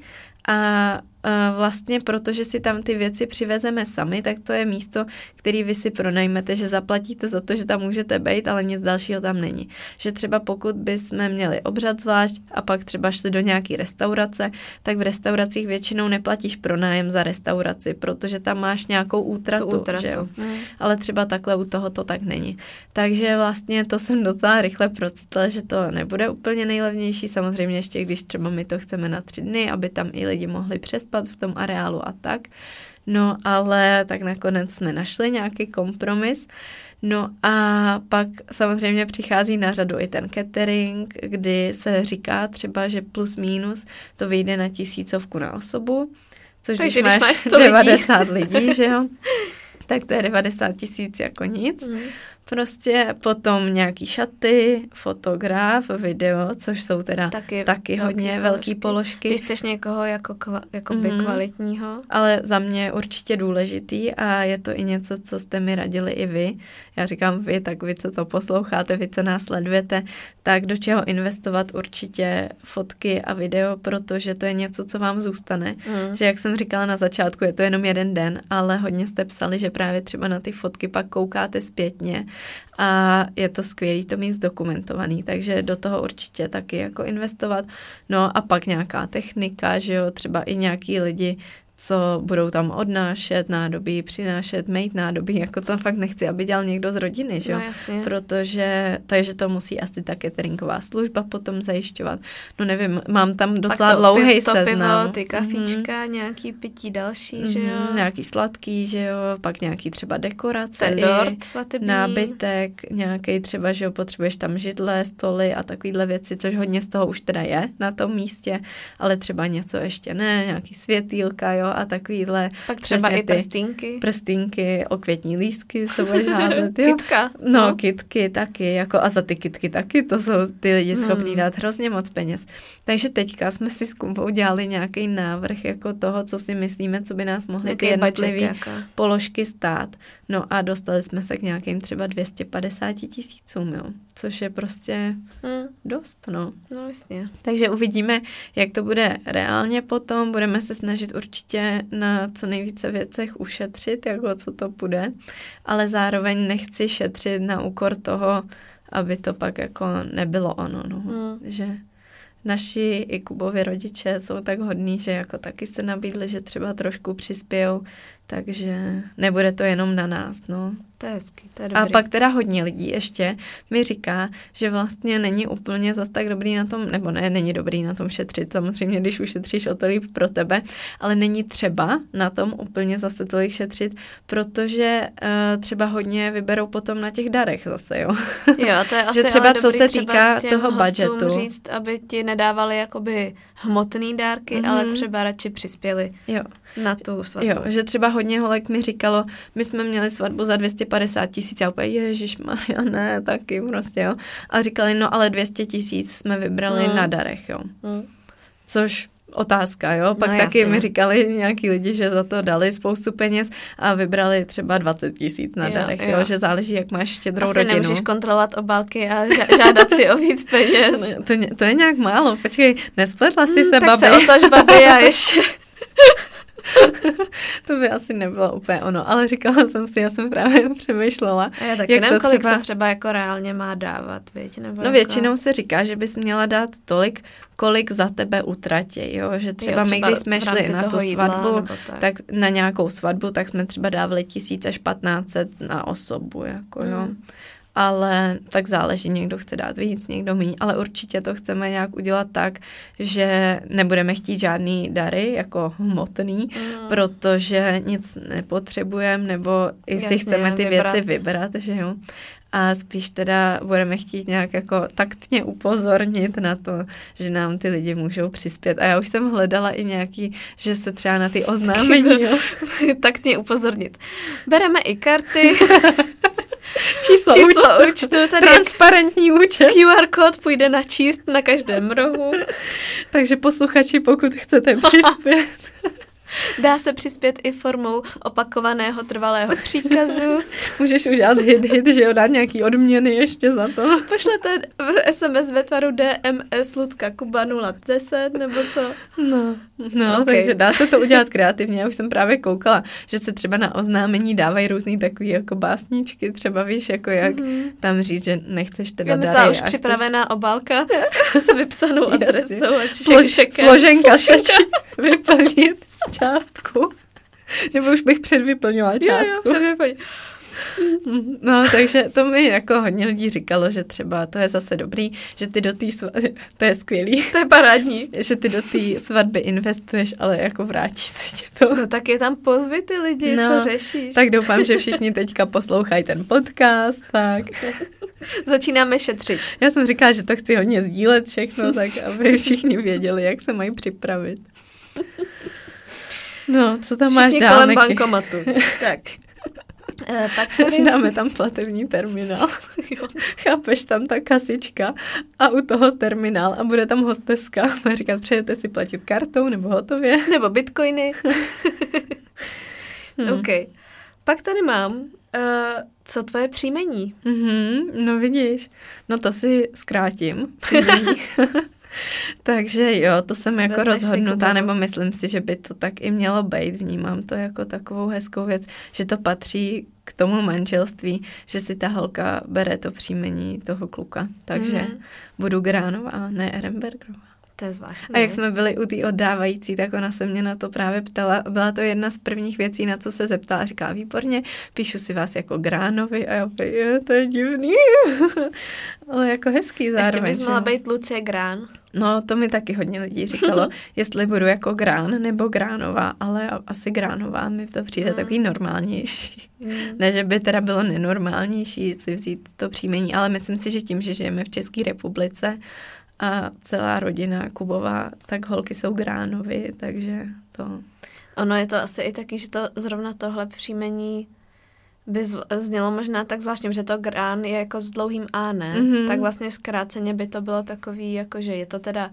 a vlastně protože si tam ty věci přivezeme sami, tak to je místo, který vy si pronajmete, že zaplatíte za to, že tam můžete být, ale nic dalšího tam není. Že třeba pokud bychom měli obřad zvlášť a pak třeba šli do nějaký restaurace, tak v restauracích většinou neplatíš pronájem za restauraci, protože tam máš nějakou útratu, útratu. Že jo? Mm. Ale třeba takhle u toho to tak není. Takže vlastně to jsem docela rychle procitla, že to nebude úplně nejlevnější, samozřejmě ještě když třeba my to chceme na tři dny, aby tam i lidi mohli přespat v tom areálu a tak. No ale tak nakonec jsme našli nějaký kompromis. No a pak samozřejmě přichází na řadu i ten catering, kdy se říká třeba, že plus minus to vyjde na tisícovku na osobu, což takže když, když máš máš sto devadesát lidí, lidí že jo, tak to je devadesát tisíc jako nic. Mm. Prostě potom nějaký šaty, fotograf, video, což jsou teda taky, taky hodně položky. velký položky. Když chceš někoho jako kva, jakoby mm. kvalitního. Ale za mě určitě důležitý a je to i něco, co jste mi radili i vy. Já říkám vy, tak vy, co to posloucháte, vy, co nás sledujete, tak do čeho investovat určitě fotky a video, protože to je něco, co vám zůstane. Mm. Že jak jsem říkala na začátku, je to jenom jeden den, ale hodně jste psali, že právě třeba na ty fotky pak koukáte zpětně a je to skvělý to mít zdokumentovaný, takže do toho určitě taky jako investovat. No a pak nějaká technika, že jo, třeba i nějaký lidi, co budou tam odnášet nádobí, přinášet, mít nádobí, jako to fakt nechci, aby dělal někdo z rodiny, že jo? No, jasně. Protože, takže to musí asi ta cateringová služba potom zajišťovat. No nevím, mám tam docela to, dlouhej to seznam. Pivo, ty kafička, mm-hmm. nějaký pití další, mm-hmm. že jo? Nějaký sladký, že jo? Pak nějaký třeba dekorace. Ten dort svatební. Nábytek, nějaký třeba, že jo, potřebuješ tam židle, stoly a takovýhle věci, což hodně z toho už teda je na tom místě, ale třeba něco ještě ne, nějaký světýlka, jo? A takovýhle. Pak třeba i prstínky. Prstínky, okvětní lístky, co budeš házet, jo. Kytka. No, no, kytky taky, jako a za ty kytky taky, to jsou ty lidi schopní hmm. dát hrozně moc peněz. Takže teďka jsme si s Kumbou dělali nějaký návrh jako toho, co si myslíme, co by nás mohly ty jednotlivé položky stát. No a dostali jsme se k nějakým třeba dvě stě padesát tisícům, jo. což je prostě hmm. dost, no. No jasně. Takže uvidíme, jak to bude reálně potom, budeme se snažit určitě na co nejvíce věcech ušetřit, jako co to bude, ale zároveň nechci šetřit na úkor toho, aby to pak jako nebylo ono, no. Hmm. Že naši i Kubovi rodiče jsou tak hodní, že jako taky se nabídli, že třeba trošku přispějou, takže nebude to jenom na nás, no. To je hezký, to je dobrý. A pak teda hodně lidí ještě mi říká, že vlastně není úplně zas tak dobrý na tom, nebo ne, není dobrý na tom šetřit, samozřejmě, když ušetříš o to líp pro tebe, ale není třeba na tom úplně zase tolik šetřit, protože uh, třeba hodně vyberou potom na těch darech zase, jo. Jo, to je asi že třeba ale co dobrý se týká toho budgetu. Říct, aby ti nedávali jakoby hmotný dárky, mm-hmm. ale třeba radši přispěli jo. na tu svatbu. Jo, že třeba hodně holek mi říkalo, my jsme měli svatbu za dvě stě padesát tisíc, já úplně, ježišmarja, ne, taky prostě, jo. A říkali, no ale dvě stě tisíc jsme vybrali mm. na darech, jo. Mm. Což otázka, jo. Pak no, taky jasně. mi říkali nějaký lidi, že za to dali spoustu peněz a vybrali třeba dvacet tisíc na jo, darech, jo. jo. Že záleží, jak máš štědrou Asi rodinu. Nemůžeš kontrolovat obálky a žádat si o víc peněz. No, to, to je nějak málo, počkej, nespletla si hmm, se, tak babi. Tak se otoč, babi, a ještě... To by asi nebylo úplně ono, ale říkala jsem si, já jsem právě přemýšlela. A já taky jak nevím, kolik třeba... se třeba jako reálně má dávat, víš? Nebo no jako... většinou se říká, že bys měla dát tolik, kolik za tebe utratí, jo, že třeba, jo, třeba my, když jsme šli na tu svatbu, tak. tak na nějakou svatbu, tak jsme třeba dávali tisíc až patnáct set na osobu, jako mm. jo. Ale tak záleží, někdo chce dát víc, někdo míň, ale určitě to chceme nějak udělat tak, že nebudeme chtít žádný dary jako hmotný, mm. protože nic nepotřebujeme, nebo i si chceme ty vybrat. věci vybrat, že jo. A spíš teda budeme chtít nějak jako taktně upozornit na to, že nám ty lidi můžou přispět. A já už jsem hledala i nějaký, že se třeba na ty oznámení, jo. Taktně upozornit. Bereme i karty. Číslo, Číslo účtu, účtu, tady transparentní účet. Q R kód půjde načíst na každém rohu. Takže posluchači, pokud chcete přispět. Dá se přispět i formou opakovaného trvalého příkazu. Můžeš udělat hit, hit, že jo, dát nějaký odměny ještě za to. Pošlete S M S ve tvaru D M S Lucka Kuba nula deset, nebo co? No, no okay. Takže dá se to udělat kreativně. Já už jsem právě koukala, že se třeba na oznámení dávají různý takový jako básničky, třeba víš, jako jak mm-hmm. tam říct, že nechceš teda dary. Já myslela už připravená chceš... obálka s vypsanou adresou. A Slož, složenka stačí vyplnit částku. Nebo už bych předvyplnila částku. Jo, jo, předvyplnila. No, takže to mi jako hodně lidí říkalo, že třeba to je zase dobrý, že ty do té svatby, to je skvělý. To je parádní. Že ty do té svatby investuješ, ale jako vrátí se ti to. No tak je tam pozvi ty lidi, no, co řešíš. Tak doufám, že všichni teďka poslouchají ten podcast, tak. Začínáme šetřit. Já jsem říkala, že to chci hodně sdílet všechno, tak aby všichni věděli, jak se mají připravit. No, co tam všichni máš dál? Kolem bankomatu. Tak. E, pak tady... Dáme tam platební terminál. Chápeš, tam ta kasička a u toho terminál a bude tam hosteska. Má říkat, přejete si platit kartou nebo hotově. Nebo bitcoiny. hmm. OK. Pak tady mám, uh, co tvoje příjmení? Mm-hmm, no vidíš, no to si zkrátím. Takže jo, to jsem jako Vezmeš rozhodnutá, nebo myslím si, že by to tak i mělo být. Vnímám to jako takovou hezkou věc, že to patří k tomu manželství, že si ta holka bere to příjmení toho kluka. Takže mm. budu Gránová, ne Ehrenbergerová. To je zvláštní. A jak jsme byli u té oddávající, tak ona se mě na to právě ptala. Byla to jedna z prvních věcí, na co se zeptala. Říkala, výborně, píšu si vás jako Gránovi. A já je, to je divný. Ale jako hezký zároveň. Ještě bys měla být Lucie Grán. No, to mi taky hodně lidí říkalo, jestli budu jako Grán nebo Gránová, ale asi Gránová mi to přijde mm. takový normálnější. Mm. Ne, že by teda bylo nenormálnější si vzít to příjmení, ale myslím si, že tím, že žijeme v České republice a celá rodina Kubová, tak holky jsou Gránovi, takže to... Ono je to asi i taky, že to zrovna tohle příjmení by znělo možná tak zvláštně, že to Grán je jako s dlouhým A, ne? Mm-hmm. Tak vlastně zkráceně by to bylo takový, jako že je to teda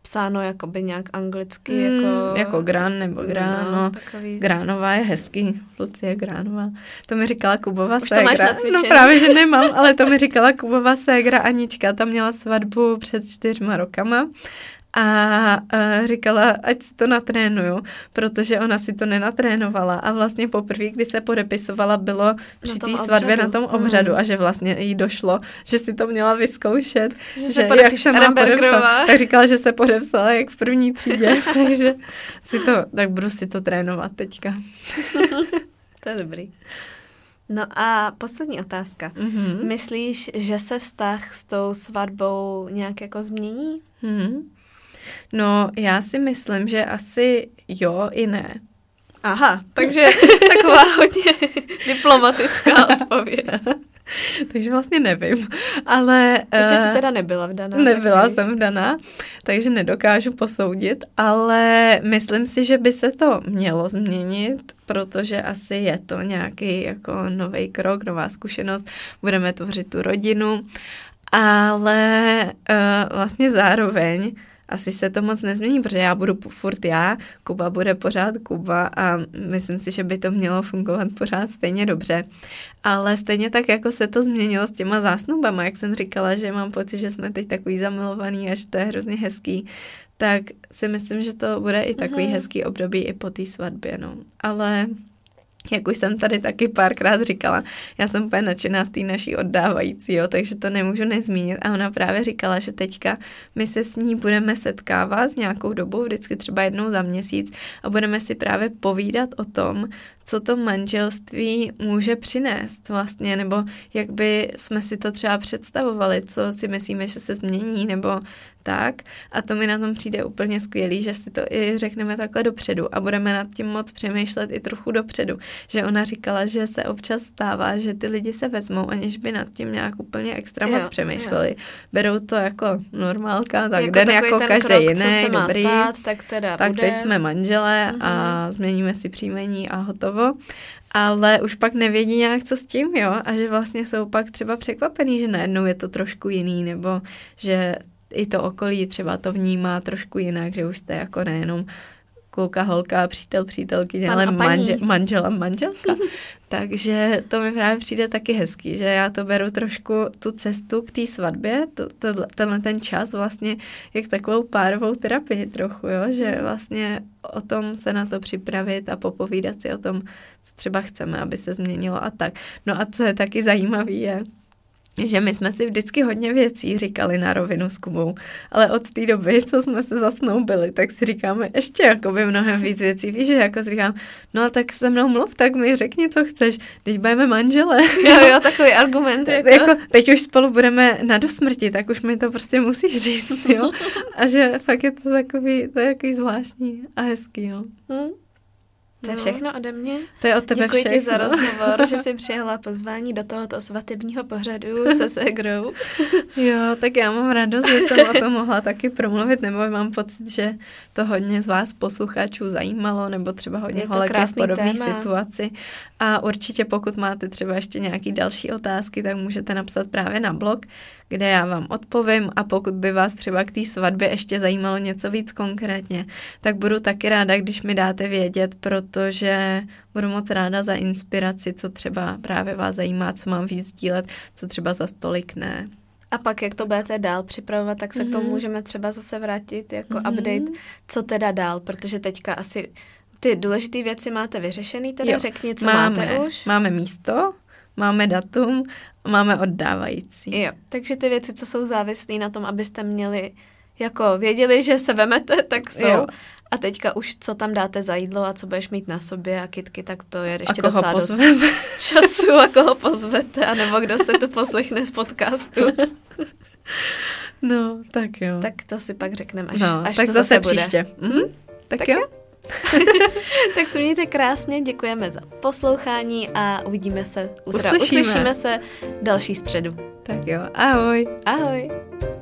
psáno jakoby nějak anglicky, mm, jako... Jako Gran nebo Gráno. No, takový... Gránová je hezký, Lucie Gránová. To mi říkala Kubova Už ségra. to máš nacvičený? No právě, že nemám, ale to mi říkala Kubova ségra Anička, ta měla svatbu před čtyřma rokama. A uh, říkala, ať si to natrénuju, protože ona si to nenatrénovala a vlastně poprvé, kdy se podepisovala, bylo při té svatbě na tom obřadu mm. a že vlastně jí došlo, že si to měla vyzkoušet, že, že se jak se má podepsat. Tak říkala, že se podepsala jak v první třídě, takže si to, tak budu si to trénovat teďka. To je dobrý. No a poslední otázka. Mm-hmm. Myslíš, že se vztah s tou svatbou nějak jako změní? Mm-hmm. No, já si myslím, že asi jo i ne. Aha, takže taková hodně diplomatická odpověď. Takže vlastně nevím, ale... Ještě jsi teda nebyla vdaná. Nebyla jsem vdaná, takže nedokážu posoudit, ale myslím si, že by se to mělo změnit, protože asi je to nějaký jako nový krok, nová zkušenost, budeme tvořit tu rodinu, ale uh, vlastně zároveň asi se to moc nezmění, protože já budu furt já, Kuba bude pořád Kuba a myslím si, že by to mělo fungovat pořád stejně dobře. Ale stejně tak, jako se to změnilo s těma zásnubama, jak jsem říkala, že mám pocit, že jsme teď takový zamilovaný a že to je hrozně hezký, tak si myslím, že to bude i takový Aha. hezký období i po té svatbě, no. Ale... Jak už jsem tady taky párkrát říkala, já jsem úplně nadšená z té naší oddávající, jo, takže to nemůžu nezmínit. A ona právě říkala, že teďka my se s ní budeme setkávat nějakou dobu, vždycky třeba jednou za měsíc a budeme si právě povídat o tom, co to manželství může přinést vlastně, nebo jak by jsme si to třeba představovali, co si myslíme, že se změní, nebo tak. A to mi na tom přijde úplně skvělý, že si to i řekneme takhle dopředu a budeme nad tím moc přemýšlet i trochu dopředu. Že ona říkala, že se občas stává, že ty lidi se vezmou, aniž by nad tím nějak úplně extra moc jo, přemýšleli. Jo. Berou to jako normálka, tak jako den jako každý jiný, dobrý. Stát, tak teda tak bude. teď jsme manželé uh-huh. a změníme si příjmení a hotovo. Ale už pak nevědí nějak, co s tím, jo, a že vlastně jsou pak třeba překvapený, že najednou je to trošku jiný, nebo že i to okolí třeba to vnímá trošku jinak, že už jste jako nejenom kluka, holka, přítel, přítelkyně, ale manžel, manžel a manželka. Takže to mi právě přijde taky hezký, že já to beru trošku tu cestu k té svatbě, to, to, tenhle ten čas vlastně jak takovou párovou terapii trochu, jo, že vlastně o tom se na to připravit a popovídat si o tom, co třeba chceme, aby se změnilo a tak. No a co je taky zajímavý je, že my jsme si vždycky hodně věcí říkali na rovinu s Kubou, ale od té doby, co jsme se zasnoubili, tak si říkáme ještě jakoby mnohem víc věcí. Víš, že jako si říkám, no tak se mnou mluv, tak mi řekni, co chceš, když budeme manželé. Jo, jo, takový argument. Jako. jako teď už spolu budeme na dosmrti, tak už mi to prostě musíš říct, jo. A že fakt je to takový, to je takový zvláštní a hezký, no. Hmm. To je všechno ode mě. To je od tebe Děkuji všechno. ti za rozhovor, že jsi přijala pozvání do tohoto svatebního pořadu se ségrou. Jo, tak já mám radost, že jsem o tom mohla taky promluvit, nebo mám pocit, že to hodně z vás posluchačů zajímalo, nebo třeba hodně holek v podobné situaci. A určitě pokud máte třeba ještě nějaké další otázky, tak můžete napsat právě na blog, kde já vám odpovím, a pokud by vás třeba k té svatbě ještě zajímalo něco víc konkrétně, tak budu taky ráda, když mi dáte vědět, protože budu moc ráda za inspiraci, co třeba právě vás zajímá, co mám víc sdílet, co třeba za stolik ne. A pak, jak to budete dál připravovat, tak se mm-hmm. k tomu můžeme třeba zase vrátit jako mm-hmm. update, co teda dál, protože teďka asi ty důležité věci máte vyřešený, teda jo, řekni, co máme, máte už. Máme místo, máme datum, máme oddávající. Jo, takže ty věci, co jsou závislé na tom, abyste měli, jako věděli, že se vemete, tak jsou. Jo. A teďka už, co tam dáte za jídlo a co budeš mít na sobě a kytky, tak to je ještě docela dost času, a koho pozvete, anebo kdo se to poslechne z podcastu. No, tak jo. Tak to si pak řekneme, až, no, až tak to zase, zase příště. bude. Mhm. Tak, tak jo. jo. Tak se mějte krásně, děkujeme za poslouchání a uvidíme se, uslyšíme, uslyšíme se další středu. Tak jo, ahoj. Ahoj.